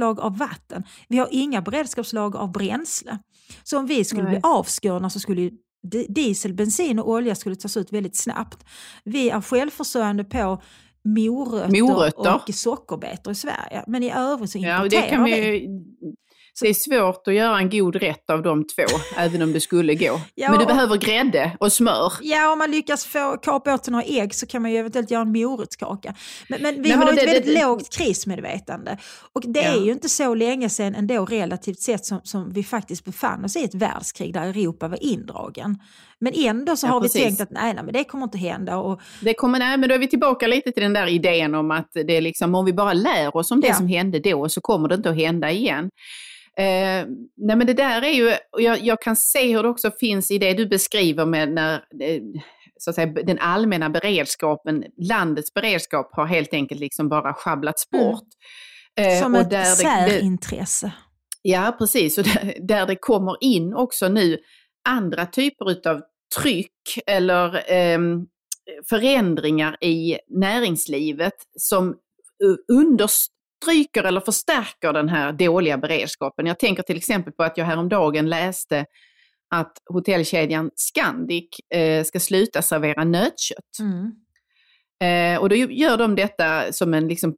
vatten. Vi har inga beredskapslager av bränsle. Så om vi skulle bli avskurna så skulle diesel, bensin och olja skulle tas ut väldigt snabbt. Vi är självförsörjande på morötter och sockerbetor i Sverige. Men i övrigt så importerar vi. Det är svårt att göra en god rätt av de två, även om det skulle gå. Men du behöver grädde och smör. Ja, om man lyckas få kapa åt några ägg så kan man ju eventuellt göra en morotskaka. Men vi har ett väldigt lågt krismedvetande. Och det är ju inte så länge sedan ändå relativt sett som vi faktiskt befann oss i ett världskrig där Europa var indragen. Men ändå så har vi tänkt att nej, men det kommer inte hända. Men då är vi tillbaka lite till den där idén om att det är liksom, om vi bara lär oss om det som hände då så kommer det inte att hända igen. Nej, men det där är ju, jag kan se hur det också finns i det du beskriver med när så att säga, den allmänna beredskapen, landets beredskap har helt enkelt liksom bara schabblats bort. Som och ett särintresse. Ja, precis. Och där det kommer in också nu andra typer av tryck eller förändringar i näringslivet som understryker eller förstärker den här dåliga beredskapen. Jag tänker till exempel på att jag häromdagen läste att hotellkedjan Scandic ska sluta servera nötkött. Och då gör de detta som en liksom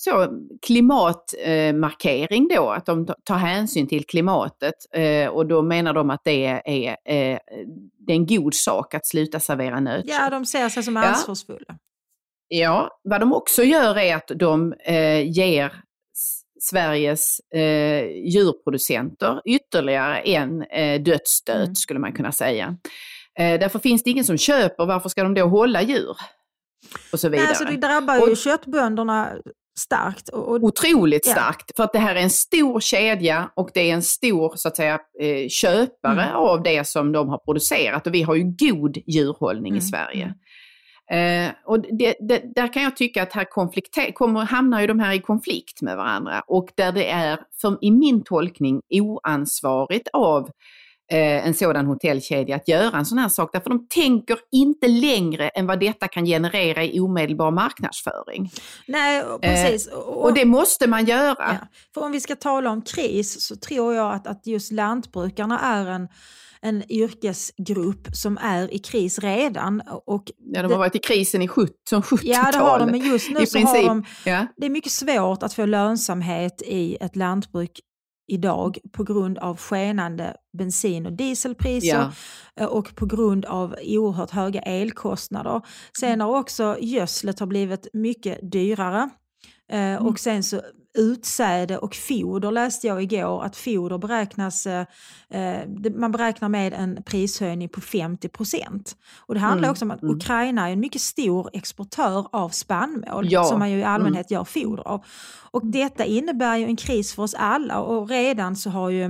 klimatmarkering då, att de tar hänsyn till klimatet och då menar de att det är en god sak att sluta servera nötkött. Ja, de ser sig som ansvarsfulla. Ja, vad de också gör är att de ger Sveriges djurproducenter ytterligare en dödsstöt skulle man kunna säga. Därför finns det ingen som köper, varför ska de då hålla djur? Och så vidare. Nej, så det drabbar ju köttbönderna starkt. Otroligt starkt, för att det här är en stor kedja och det är en stor så att säga, köpare av det som de har producerat och vi har ju god djurhållning i Sverige. Och där kan jag tycka att här hamnar ju de här i konflikt med varandra och där det är, i min tolkning, oansvarigt av en sådan hotellkedja att göra en sån här sak, därför de tänker inte längre än vad detta kan generera i omedelbar marknadsföring. Nej, precis. Och det måste man göra. Ja. För om vi ska tala om kris så tror jag att just lantbrukarna är en yrkesgrupp som är i kris redan. De har varit i krisen i 70-talet. Ja, det har de, men just nu så har de... Ja. Det är mycket svårt att få lönsamhet i ett lantbruk idag på grund av skenande bensin- och dieselpriser och på grund av oerhört höga elkostnader. Sen har också gödslet har blivit mycket dyrare. Och sen så utsäde och foder läste jag igår att foder beräknas, man beräknar med en prishöjning på 50%. Och det handlar också om att Ukraina är en mycket stor exportör av spannmål som man ju i allmänhet gör foder av. Och detta innebär ju en kris för oss alla och redan så har ju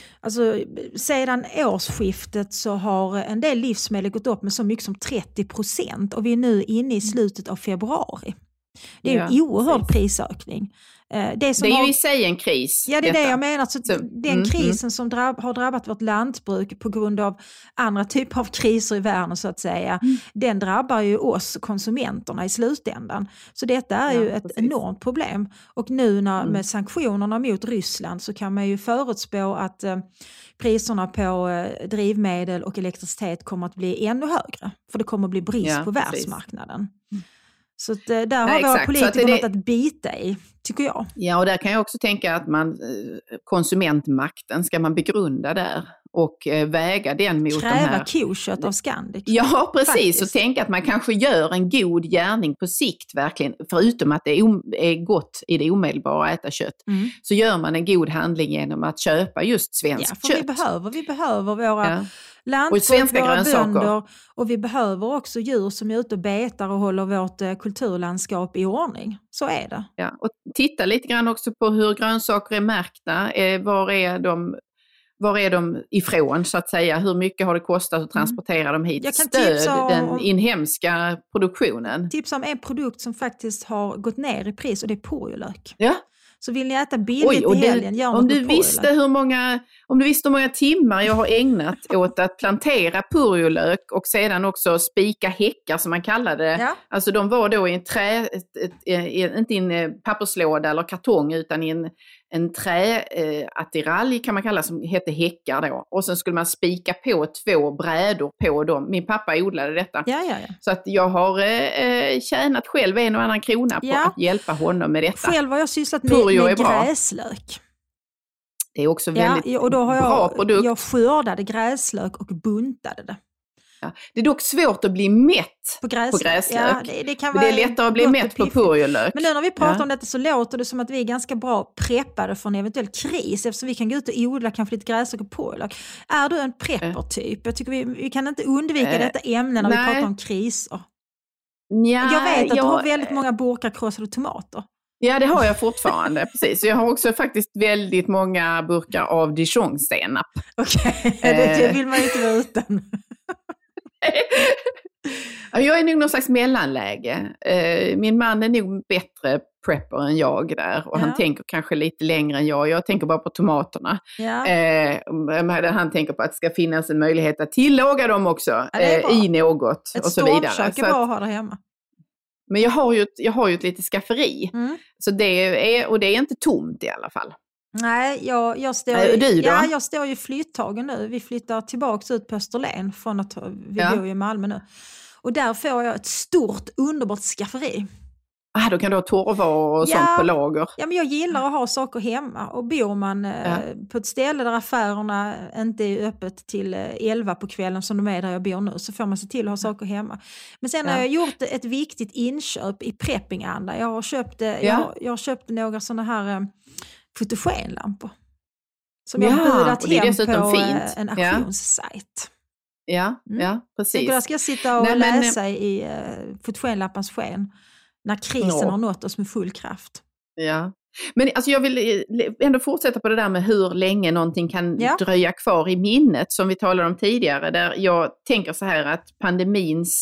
sedan årsskiftet så har en del livsmedel gått upp med så mycket som 30% och vi är nu inne i slutet av februari. Det är en oerhörd prisökning. Det är ju i sig en kris. Ja, det är det jag menar. Så den krisen som har drabbat vårt lantbruk på grund av andra typer av kriser i världen så att säga, den drabbar ju oss konsumenterna i slutändan. Så detta är ju ett enormt problem. Och nu med sanktionerna mot Ryssland så kan man ju förutspå att priserna på drivmedel och elektricitet kommer att bli ännu högre. För det kommer att bli brist på världsmarknaden. Så där har våra politiker något att bita i, tycker jag. Ja, och där kan jag också tänka att konsumentmakten ska man begrunda där och väga den mot kräva de här... kokött av Scandic. Ja, precis. Faktiskt. Och tänka att man kanske gör en god gärning på sikt verkligen, förutom att det är gott i det omedelbara att äta kött, så gör man en god handling genom att köpa just svenskt kött. Vi behöver våra lantbruk, våra bönder och vi behöver också djur som är ute och betar och håller vårt kulturlandskap i ordning. Så är det. Ja, och titta lite grann också på hur grönsaker är märkta. Var är de ifrån så att säga? Hur mycket har det kostat att transportera dem hit? Den inhemska produktionen. Tipsa om en produkt som faktiskt har gått ner i pris och det är purjolök. Ja. Så vill ni äta billigt i helgen, om du visste hur många timmar jag har ägnat åt att plantera purjolök och sedan också spika häckar som man kallar det. Ja. Alltså de var då i en inte i en papperslåda eller kartong utan i en träattiralj kan man kalla, som hette häckar då. Och sen skulle man spika på 2 brädor på dem. Min pappa odlade detta. Ja. Så att jag har tjänat själv en och annan krona på att hjälpa honom med detta. Själv har jag sysslat med gräslök. Det är också väldigt och då har bra produkt. Jag skördade gräslök och buntade det. Ja. Det är dock svårt att bli mätt på gräslök. Ja, det kan vara det är lättare att bli mätt på purjolök. Men nu när vi pratar om detta så låter det som att vi är ganska bra preppade för en eventuell kris, eftersom vi kan gå ut och odla kanske lite gräslök och purjolök. Är du en prepper-typ? Jag tycker vi kan inte undvika detta ämne när vi pratar om kriser. Jag vet att du har väldigt många burkar krossade tomater. Ja, det har jag fortfarande, precis. Jag har också faktiskt väldigt många burkar av Dijon-senap. Okej, det vill man ju inte vara utan. Jag är nog någon slags mellanläge. Min man är nog bättre prepper än jag där. Och han tänker kanske lite längre än jag. Jag tänker bara på tomaterna. Han tänker på att det ska finnas en möjlighet att tillaga dem också i något. Ett och så vidare. storkök är bra att ha där hemma. Men jag har ju ett litet skafferi. Så det är inte tomt i alla fall. Nej, jag står jag står ju flyttagen nu. Vi flyttar tillbaka ut på Österlen från att vi bor i Malmö nu. Och där får jag ett stort, underbart skafferi. Då kan du ha torrvaror och sånt på lager. Ja, men jag gillar att ha saker hemma. Och bor man på ett ställe där affärerna inte är öppet till 11 på kvällen som de är där jag bor nu, så får man se till att ha saker hemma. Men sen har jag gjort ett viktigt inköp i preppinganda. Jag har köpt några sådana här fotogenlampor som jag budat hem på en auktionssajt. Ja, precis. Så där ska jag sitta och läsa i fotogenlampans sken när krisen har nått oss med full kraft. Ja, men alltså jag vill ändå fortsätta på det där med hur länge någonting kan dröja kvar i minnet som vi talade om tidigare. Där jag tänker så här att pandemins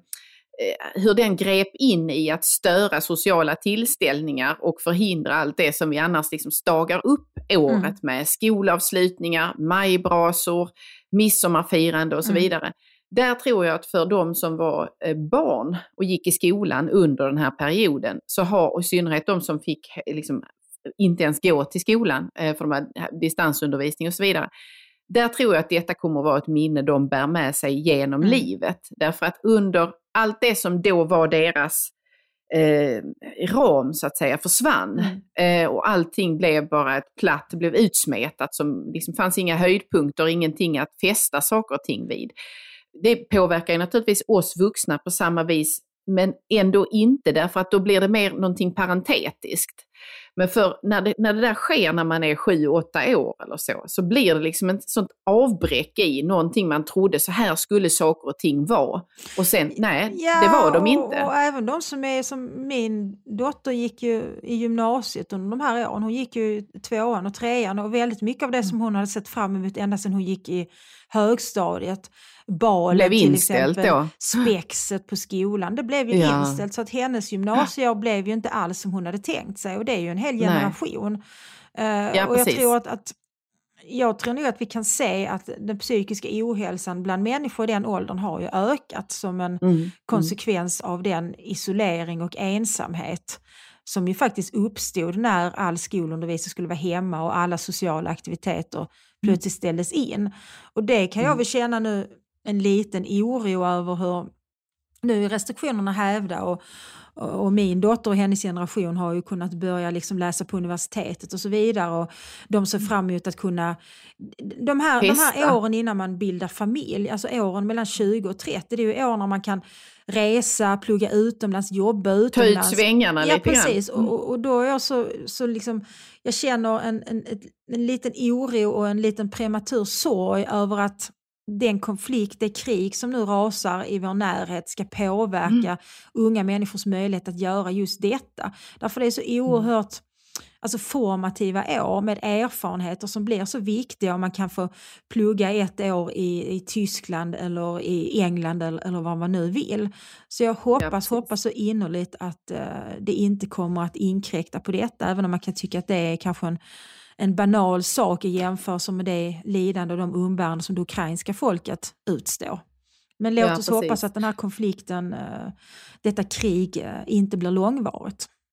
hur den grep in i att störa sociala tillställningar och förhindra allt det som vi annars liksom stagar upp året med skolavslutningar, majbrasor, midsommarfirande och så vidare. Där tror jag att för de som var barn och gick i skolan under den här perioden, så har, och i synnerhet de som fick liksom inte ens gå till skolan för de här distansundervisning och så vidare, där tror jag att detta kommer att vara ett minne de bär med sig genom livet. Därför att under allt det som då var deras ram så att säga försvann och allting blev bara ett platt, det blev utsmetat, som liksom fanns inga höjdpunkter, ingenting att fästa saker och ting vid. Det påverkar ju naturligtvis oss vuxna på samma vis, men ändå inte, därför att då blir det mer någonting parentetiskt. Men för när det där sker när man är 7-8 år eller så blir det liksom ett sånt avbräck i någonting man trodde, så här skulle saker och ting vara. Och sen, det var de inte. Och även de som min dotter gick ju i gymnasiet under de här åren. Hon gick ju 2:an och 3:an, och väldigt mycket av det som hon hade sett fram emot ända sedan hon gick i högstadiet, balen till exempel, spexet på skolan, det blev ju inställt, så att hennes gymnasieår blev ju inte alls som hon hade tänkt sig, och det är ju en hel generation. Och jag tror nog att vi kan se att den psykiska ohälsan bland människor i den åldern har ju ökat som en konsekvens av den isolering och ensamhet som ju faktiskt uppstod när all skolundervisning skulle vara hemma och alla sociala aktiviteter plötsligt ställdes in. Och det kan jag väl känna nu en liten oro över hur nu restriktionerna hävda, och min dotter och hennes generation har ju kunnat börja liksom läsa på universitetet och så vidare, och de ser fram emot att kunna de här åren innan man bildar familj, alltså åren mellan 20 och 30, det är ju år när man kan resa, plugga utomlands, jobba utomlands. Ta ut svängarna lite grann. Ja, precis. Och då är jag så liksom, jag känner en liten oro och en liten prematur sorg över att den konflikt, det krig som nu rasar i vår närhet ska påverka unga människors möjlighet att göra just detta. Därför det är så oerhört formativa år med erfarenheter som blir så viktiga, om man kan få plugga ett år i Tyskland eller i England eller vad man nu vill. Så jag hoppas så innerligt att det inte kommer att inkräkta på detta, även om man kan tycka att det är kanske en banal sak i jämförelse med det lidande och de umbäranden som det ukrainska folket utstår. Men låt oss hoppas att den här konflikten, detta krig, inte blir långvarigt.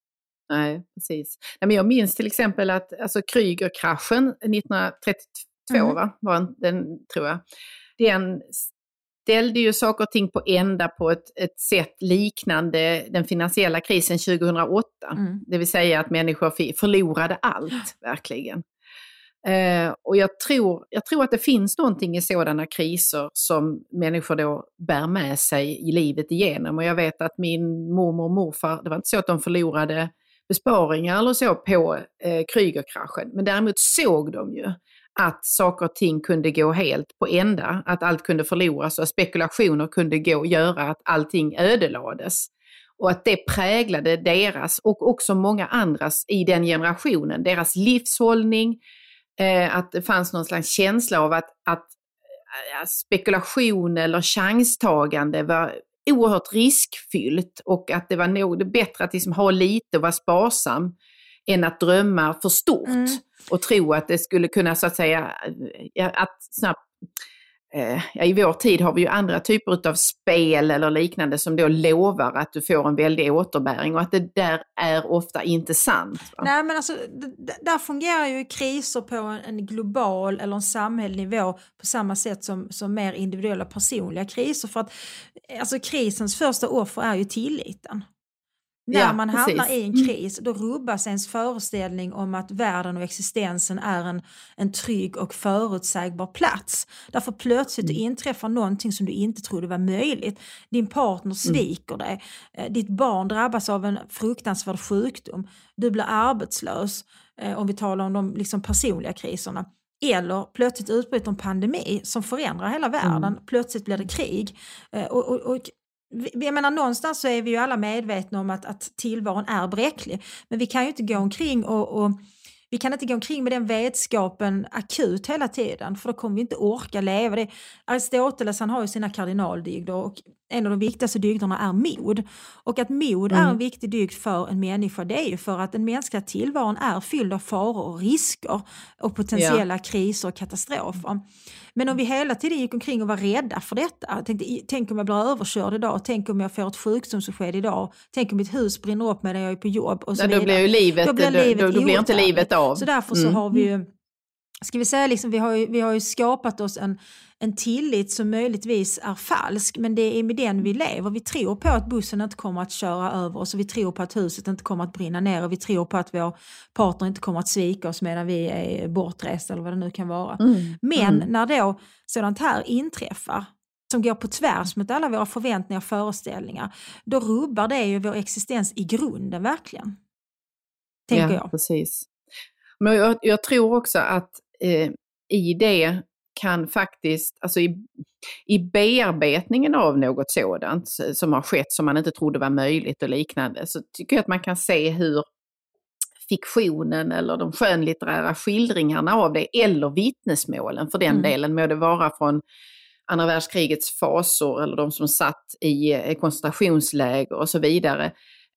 Nej, precis. Nej, men jag minns till exempel att alltså, Krügerkraschen 1932 var den, tror jag. Den ställde ju saker och ting på ända på ett sätt liknande den finansiella krisen 2008. Det vill säga att människor förlorade allt, verkligen. Och jag tror att det finns någonting i sådana kriser som människor då bär med sig i livet igenom. Och jag vet att min mormor och morfar, det var inte så att de förlorade besparingar eller så på Krügerkraschen. Men däremot såg de ju att saker och ting kunde gå helt på ända, att allt kunde förloras och spekulationer kunde göra att allting ödelades. Och att det präglade deras och också många andras i den generationen, deras livshållning, att det fanns någon slags känsla av att spekulation eller chanstagande var oerhört riskfyllt och att det var nog bättre att liksom ha lite och vara sparsam än att drömma för stort och tro att det skulle kunna så att säga, i vår tid har vi ju andra typer av spel eller liknande som då lovar att du får en väldig återbäring och att det där är ofta inte sant. Va? Nej, men alltså där fungerar ju kriser på en global eller en samhällelig nivå på samma sätt som mer individuella personliga kriser, för att alltså krisens första offer är ju tilliten. När man hamnar i en kris, då rubbas ens föreställning om att världen och existensen är en trygg och förutsägbar plats. Därför plötsligt inträffar någonting som du inte trodde var möjligt. Din partner sviker dig. Ditt barn drabbas av en fruktansvärd sjukdom. Du blir arbetslös, om vi talar om de liksom personliga kriserna. Eller plötsligt utbryter en pandemi som förändrar hela världen. Plötsligt blir det krig. Och jag menar, någonstans så är vi ju alla medvetna om att tillvaron är bräcklig. Men vi kan ju inte gå omkring och vi kan inte gå omkring med den vetskapen akut hela tiden, för då kommer vi inte orka leva. Aristoteles, han har ju sina kardinaldygder och en av de viktigaste dygderna är mod. Och att mod är en viktig dygd för en människa, det är ju för att den mänskliga tillvaron är fylld av faror och risker och potentiella kriser och katastrofer. Men om vi hela tiden gick omkring och var rädda för detta, tänk om jag blir överkörd idag, tänk om jag får ett sjukdomsbesked idag, tänk om mitt hus brinner upp medan jag är på jobb och så vidare. Då blir inte livet av. Så därför så har vi ju, ska vi säga liksom, vi har ju skapat oss en tillit som möjligtvis är falsk, men det är med den vi lever. Vi tror på att bussen inte kommer att köra över oss och vi tror på att huset inte kommer att brinna ner och vi tror på att vår partner inte kommer att svika oss medan vi är bortresta eller vad det nu kan vara. Men när då sådant här inträffar som går på tvärs mot alla våra förväntningar och föreställningar, då rubbar det ju vår existens i grunden verkligen. Tänker jag. Precis. Men jag tror också att i det kan faktiskt, alltså i bearbetningen av något sådant som har skett som man inte trodde var möjligt och liknande, så tycker jag att man kan se hur fiktionen eller de skönlitterära skildringarna av det, eller vittnesmålen för den delen, må det vara från andra världskrigets fasor eller de som satt i koncentrationsläger och så vidare,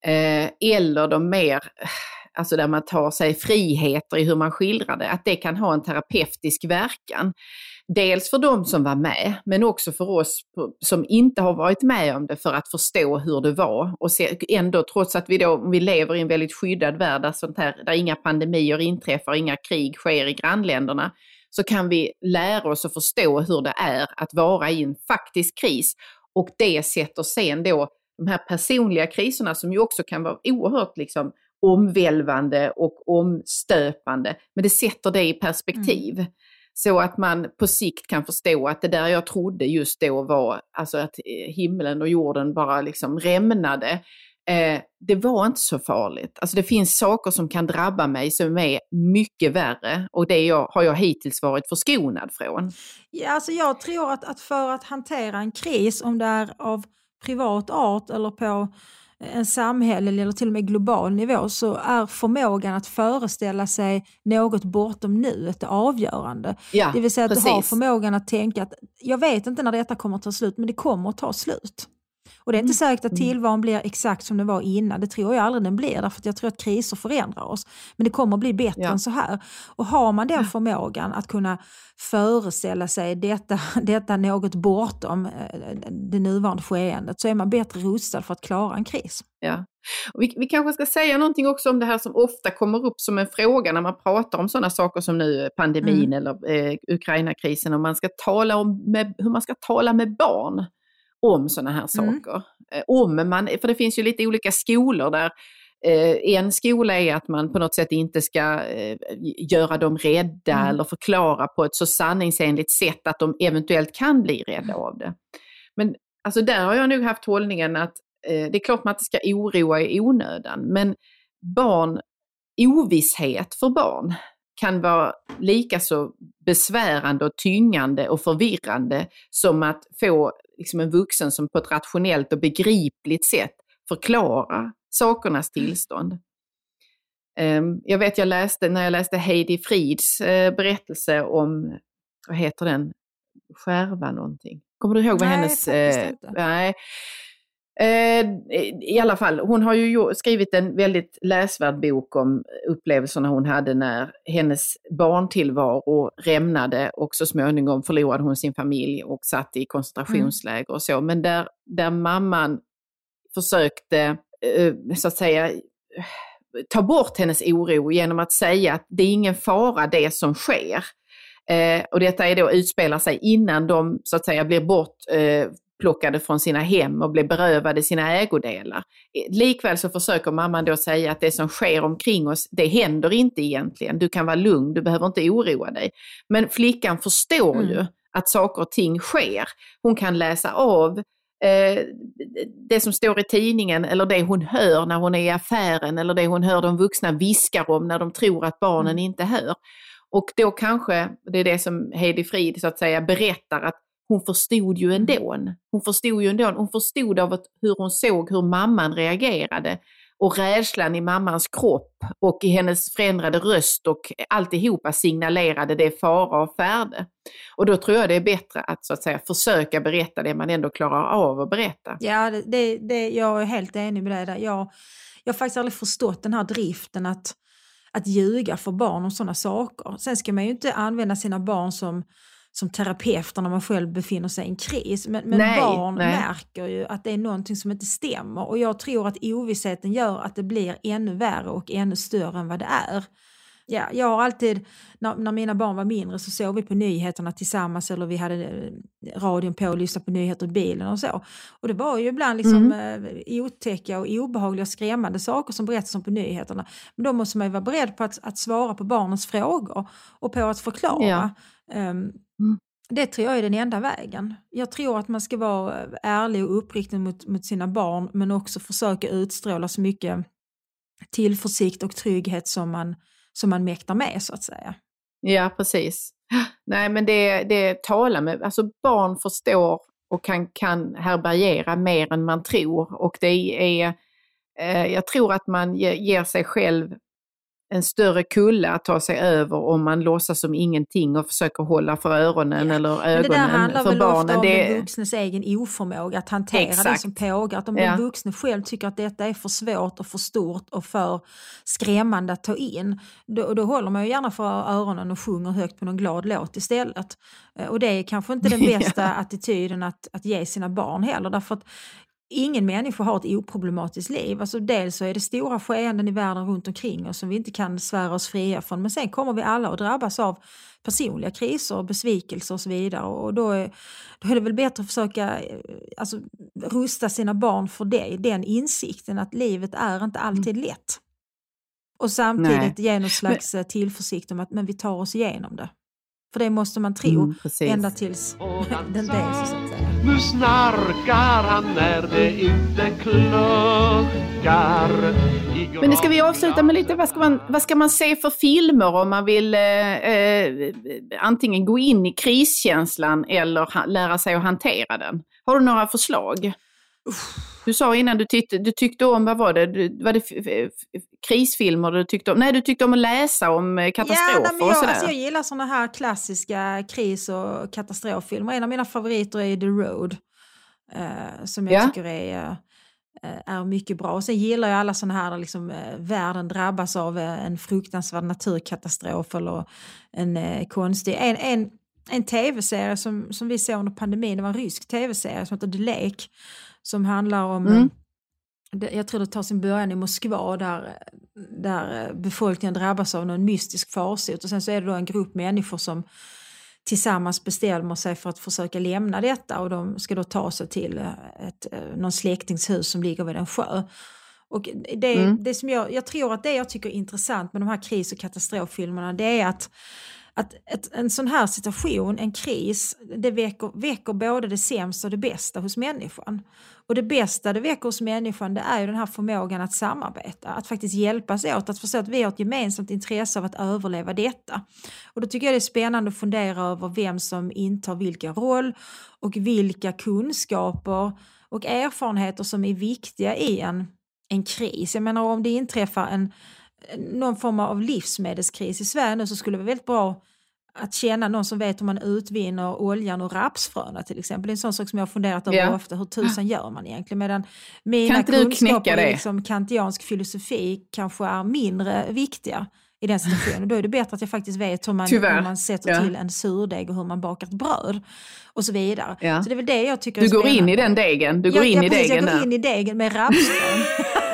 eller de mer, alltså där man tar sig friheter i hur man skildrar det, att det kan ha en terapeutisk verkan. Dels för de som var med, men också för oss som inte har varit med om det, för att förstå hur det var. Och ändå, trots att vi lever i en väldigt skyddad värld där inga pandemier inträffar, inga krig sker i grannländerna, så kan vi lära oss att förstå hur det är att vara i en faktisk kris. Och det sätter sen då de här personliga kriserna, som ju också kan vara oerhört liksom omvälvande och omstöpande, men det sätter det i perspektiv. Så att man på sikt kan förstå att det där jag trodde just då var, alltså att himlen och jorden bara liksom rämnade, det var inte så farligt. Alltså det finns saker som kan drabba mig som är mycket värre, och det har jag hittills varit förskonad från. Ja, alltså jag tror att för att hantera en kris, om det är av privat art eller på en samhällelig eller till och med global nivå, så är förmågan att föreställa sig något bortom nuet det avgörande. Ja, det vill säga att du har förmågan att tänka att jag vet inte när detta kommer att ta slut, men det kommer att ta slut. Och det är inte säkert att tillvaron blir exakt som det var innan. Det tror jag aldrig den blir, därför att jag tror att kriser förändrar oss. Men det kommer att bli bättre än så här. Och har man den förmågan att kunna föreställa sig detta något bortom det nuvarande skeendet, så är man bättre rustad för att klara en kris. Ja. Vi kanske ska säga någonting också om det här som ofta kommer upp som en fråga när man pratar om sådana saker som nu pandemin eller Ukraina-krisen. Om man ska tala hur man ska tala med barn om sådana här saker. För det finns ju lite olika skolor där. En skola är att man på något sätt inte ska göra dem rädda eller förklara på ett så sanningsenligt sätt att de eventuellt kan bli rädda av det. Men alltså där har jag nog haft hållningen att det är klart man inte ska oroa i onödan, men ovisshet för barn kan vara lika så besvärande och tyngande och förvirrande som att få liksom en vuxen som på ett rationellt och begripligt sätt förklara sakernas tillstånd. Jag vet när jag läste Heidi Frieds berättelse om, vad heter den? Skärva någonting. Kommer du ihåg vad hennes... Nej. I alla fall, hon har ju skrivit en väldigt läsvärd bok om upplevelserna hon hade när hennes barntillvaro rämnade och så småningom förlorade hon sin familj och satt i koncentrationsläger och så. Men där mamman försökte så att säga ta bort hennes oro genom att säga att det är ingen fara det som sker. Och detta är då utspelar sig innan de så att säga blir bortplockade från sina hem och blir berövade sina ägodelar. Likväl så försöker mamman då säga att det som sker omkring oss, det händer inte egentligen. Du kan vara lugn, du behöver inte oroa dig. Men flickan förstår ju att saker och ting sker. Hon kan läsa av det som står i tidningen eller det hon hör när hon är i affären eller det hon hör de vuxna viskar om när de tror att barnen inte hör. Och då kanske, det är det som Heidi Frid så att säga berättar, att hon förstod ju ändå. Hon förstod av hur hon såg hur mamman reagerade och rädslan i mammans kropp och i hennes förändrade röst och alltihopa signalerade det fara och färde. Och då tror jag det är bättre att så att säga försöka berätta det man ändå klarar av att berätta. Ja, jag är helt enig med dig där. Jag har faktiskt aldrig förstått den här driften att ljuga för barn om sådana saker. Sen ska man ju inte använda sina barn som terapeuter när man själv befinner sig i en kris. Men barn märker ju att det är någonting som inte stämmer. Och jag tror att ovissheten gör att det blir ännu värre och ännu större än vad det är. Ja, jag har alltid, när mina barn var mindre så såg vi på nyheterna tillsammans eller vi hade radion på och lyssnade på nyheter i bilen och så. Och det var ju ibland liksom otäcka och obehagliga och skrämmande saker som berättas om på nyheterna. Men då måste man ju vara beredd på att svara på barnens frågor och på att förklara. Ja. Det tror jag är den enda vägen. Jag tror att man ska vara ärlig och uppriktig mot sina barn men också försöka utstråla så mycket tillförsikt och trygghet som man mäktar med så att säga. Ja, precis. Nej, men det talar med, alltså barn förstår och kan härbärgera mer än man tror. Och det är, jag tror att man ger sig själv en större kulle att ta sig över om man låtsas som ingenting och försöker hålla för öronen eller ögonen för barnen. Det där handlar väl ofta om den vuxnes egen oförmåga att hantera det som pågår. Att om den vuxne själv tycker att detta är för svårt och för stort och för skrämmande att ta in, då håller man ju gärna för öronen och sjunger högt på någon glad låt istället. Och det är kanske inte den bästa attityden att ge sina barn heller, därför att ingen människa har ett oproblematiskt liv. Alltså dels så är det stora skeenden i världen runt omkring oss som vi inte kan svära oss fria från. Men sen kommer vi alla att drabbas av personliga kriser och besvikelser och så vidare. Och då är det väl bättre att försöka rusta sina barn för den insikten att livet är inte alltid lätt. Och samtidigt ge någon slags tillförsikt om att men vi tar oss igenom det. För det måste man tro ända tills den dag så att säga. Nu snarkar han när det inte kluckar. Men nu ska vi avsluta med lite, vad ska man se för filmer om man vill antingen gå in i kriskänslan eller lära sig att hantera den? Har du några förslag? Du sa innan du tyckte om, vad var det? Var det krisfilmer du tyckte om? Nej, du tyckte om att läsa om katastrofer och sådär. Jag gillar såna här klassiska kris- och katastroffilmer. En av mina favoriter är The Road. Som jag tycker är mycket bra. Och sen gillar jag alla såna här där liksom, världen drabbas av en fruktansvärd naturkatastrof eller en konstig... En tv-serie som vi såg under pandemin, det var en rysk tv-serie som heter The Lake, som handlar om jag tror det tar sin början i Moskva där befolkningen drabbas av någon mystisk farsot. Och sen så är det då en grupp människor som tillsammans bestämmer sig för att försöka lämna detta. Och de ska då ta sig till någon släktingshus som ligger vid en sjö. Och det som jag tror att det jag tycker är intressant med de här kris- och katastroffilmerna, det är att en sån här situation, en kris, det väcker både det sämsta och det bästa hos människan. Och det bästa det väcker hos människan, det är ju den här förmågan att samarbeta, att faktiskt hjälpas åt, att förstå att vi har ett gemensamt intresse av att överleva detta. Och då tycker jag det är spännande att fundera över vem som intar vilken roll och vilka kunskaper och erfarenheter som är viktiga i en kris. Jag menar, om det inträffar någon form av livsmedelskris i Sverige nu, så skulle det vara väldigt bra att känna någon som vet hur man utvinner oljan och rapsfröna till exempel. Det är en sån sak som jag har funderat över ofta. Hur tusan gör man egentligen? Medan mina kunskaper i liksom kantiansk filosofi kanske är mindre viktiga i den situationen. Då är det bättre att jag faktiskt vet hur man sätter till en surdeg och hur man bakar ett bröd och så vidare. Ja. Så det är väl det jag tycker är spännande. Du går in i den degen. Jag går in i degen med rapsfrön.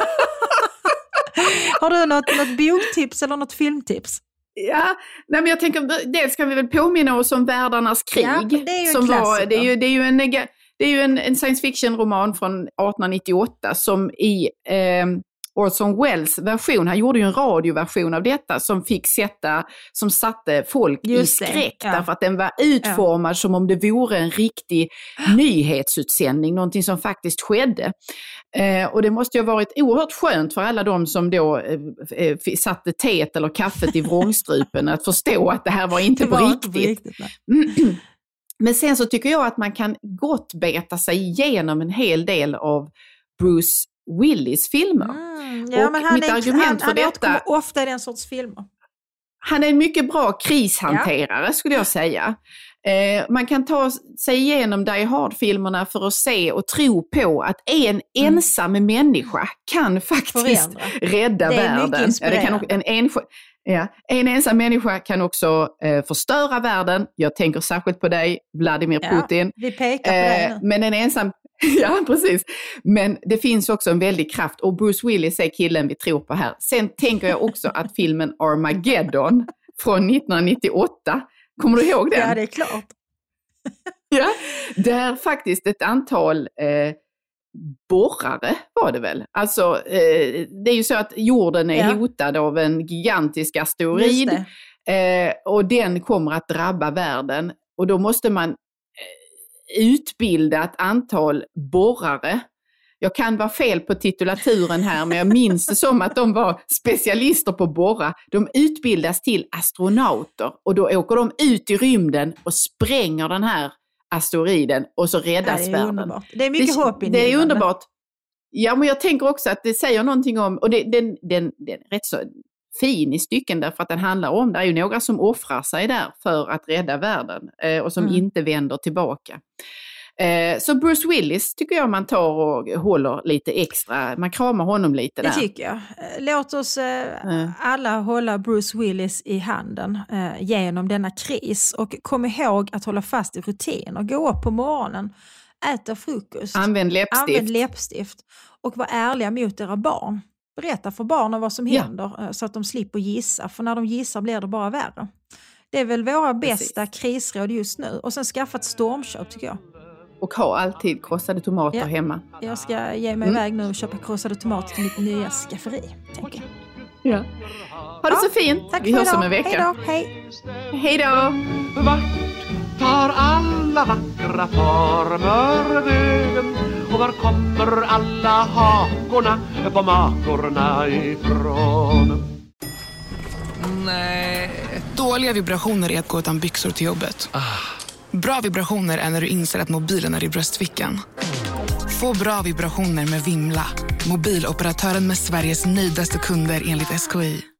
Har du något boktips eller något filmtips? Ja, nej, men jag tänker, dels kan vi väl påminna oss om Världarnas krig. Ja, det är ju en klassiker. Det är ju en science fiction-roman från 1898 som i Orson Welles version, han gjorde ju en radioversion av detta som satte folk i skräck därför att den var utformad som om det vore en riktig nyhetsutsändning, någonting som faktiskt skedde. Och det måste ju ha varit oerhört skönt för alla de som då satte teet eller kaffet i vrångstrupen att förstå att det här var inte på riktigt. Men sen så tycker jag att man kan gott beta sig igenom en hel del av Bruce Willis filmer. Ja, men han ofta i den sorts filmer. Han är en mycket bra krishanterare skulle jag säga. Man kan ta sig igenom Die Hard-filmerna för att se och tro på att en ensam människa kan faktiskt rädda världen. En ensam människa kan också förstöra världen. Jag tänker särskilt på dig, Vladimir Putin. Vi pekar på dig nu. Men en ensam... Ja, precis. Men det finns också en väldig kraft och Bruce Willis är killen vi tror på här. Sen tänker jag också att filmen Armageddon från 1998, kommer du ihåg den? Ja, det är klart. Ja, där faktiskt ett antal borrare var det väl. Alltså det är ju så att jorden är hotad av en gigantisk asteroid och den kommer att drabba världen och då måste man utbilda ett antal borrare. Jag kan vara fel på titulaturen här, men jag minns det som att de var specialister på borra. De utbildas till astronauter och då åker de ut i rymden och spränger den här asteroiden och så räddas världen. Underbart. Det är mycket hopp i det är underbart. Ja, men jag tänker också att det säger någonting om, och den är rätt så fin i stycken därför att den handlar om, det är ju några som offrar sig där för att rädda världen och som inte vänder tillbaka. Så Bruce Willis tycker jag man tar och håller lite extra, man kramar honom lite där. Det tycker jag. Låt oss alla hålla Bruce Willis i handen genom denna kris och kom ihåg att hålla fast i rutiner. Gå upp på morgonen, äta frukost, använd läppstift och var ärliga mot era barn. Berätta för barnen vad som händer så att de slipper gissa. För när de gissar blir det bara värre. Det är väl våra bästa krisråd just nu. Och sen skaffa ett stormköp tycker jag. Och ha alltid krossade tomater hemma. Jag ska ge mig iväg nu och köpa krossade tomater till mitt nya skafferi, tänker jag. Ja. Ha det så fint. Tack vi hörs om en vecka. Hej då. Vart tar alla vackra former vägen? Och var kommer alla hakorna på makorna ifrån? Nej. Dåliga vibrationer är att gå utan byxor till jobbet. Bra vibrationer är när du inser att mobilen är i bröstfickan. Få bra vibrationer med Vimla. Mobiloperatören med Sveriges nöjdaste kunder enligt SKI.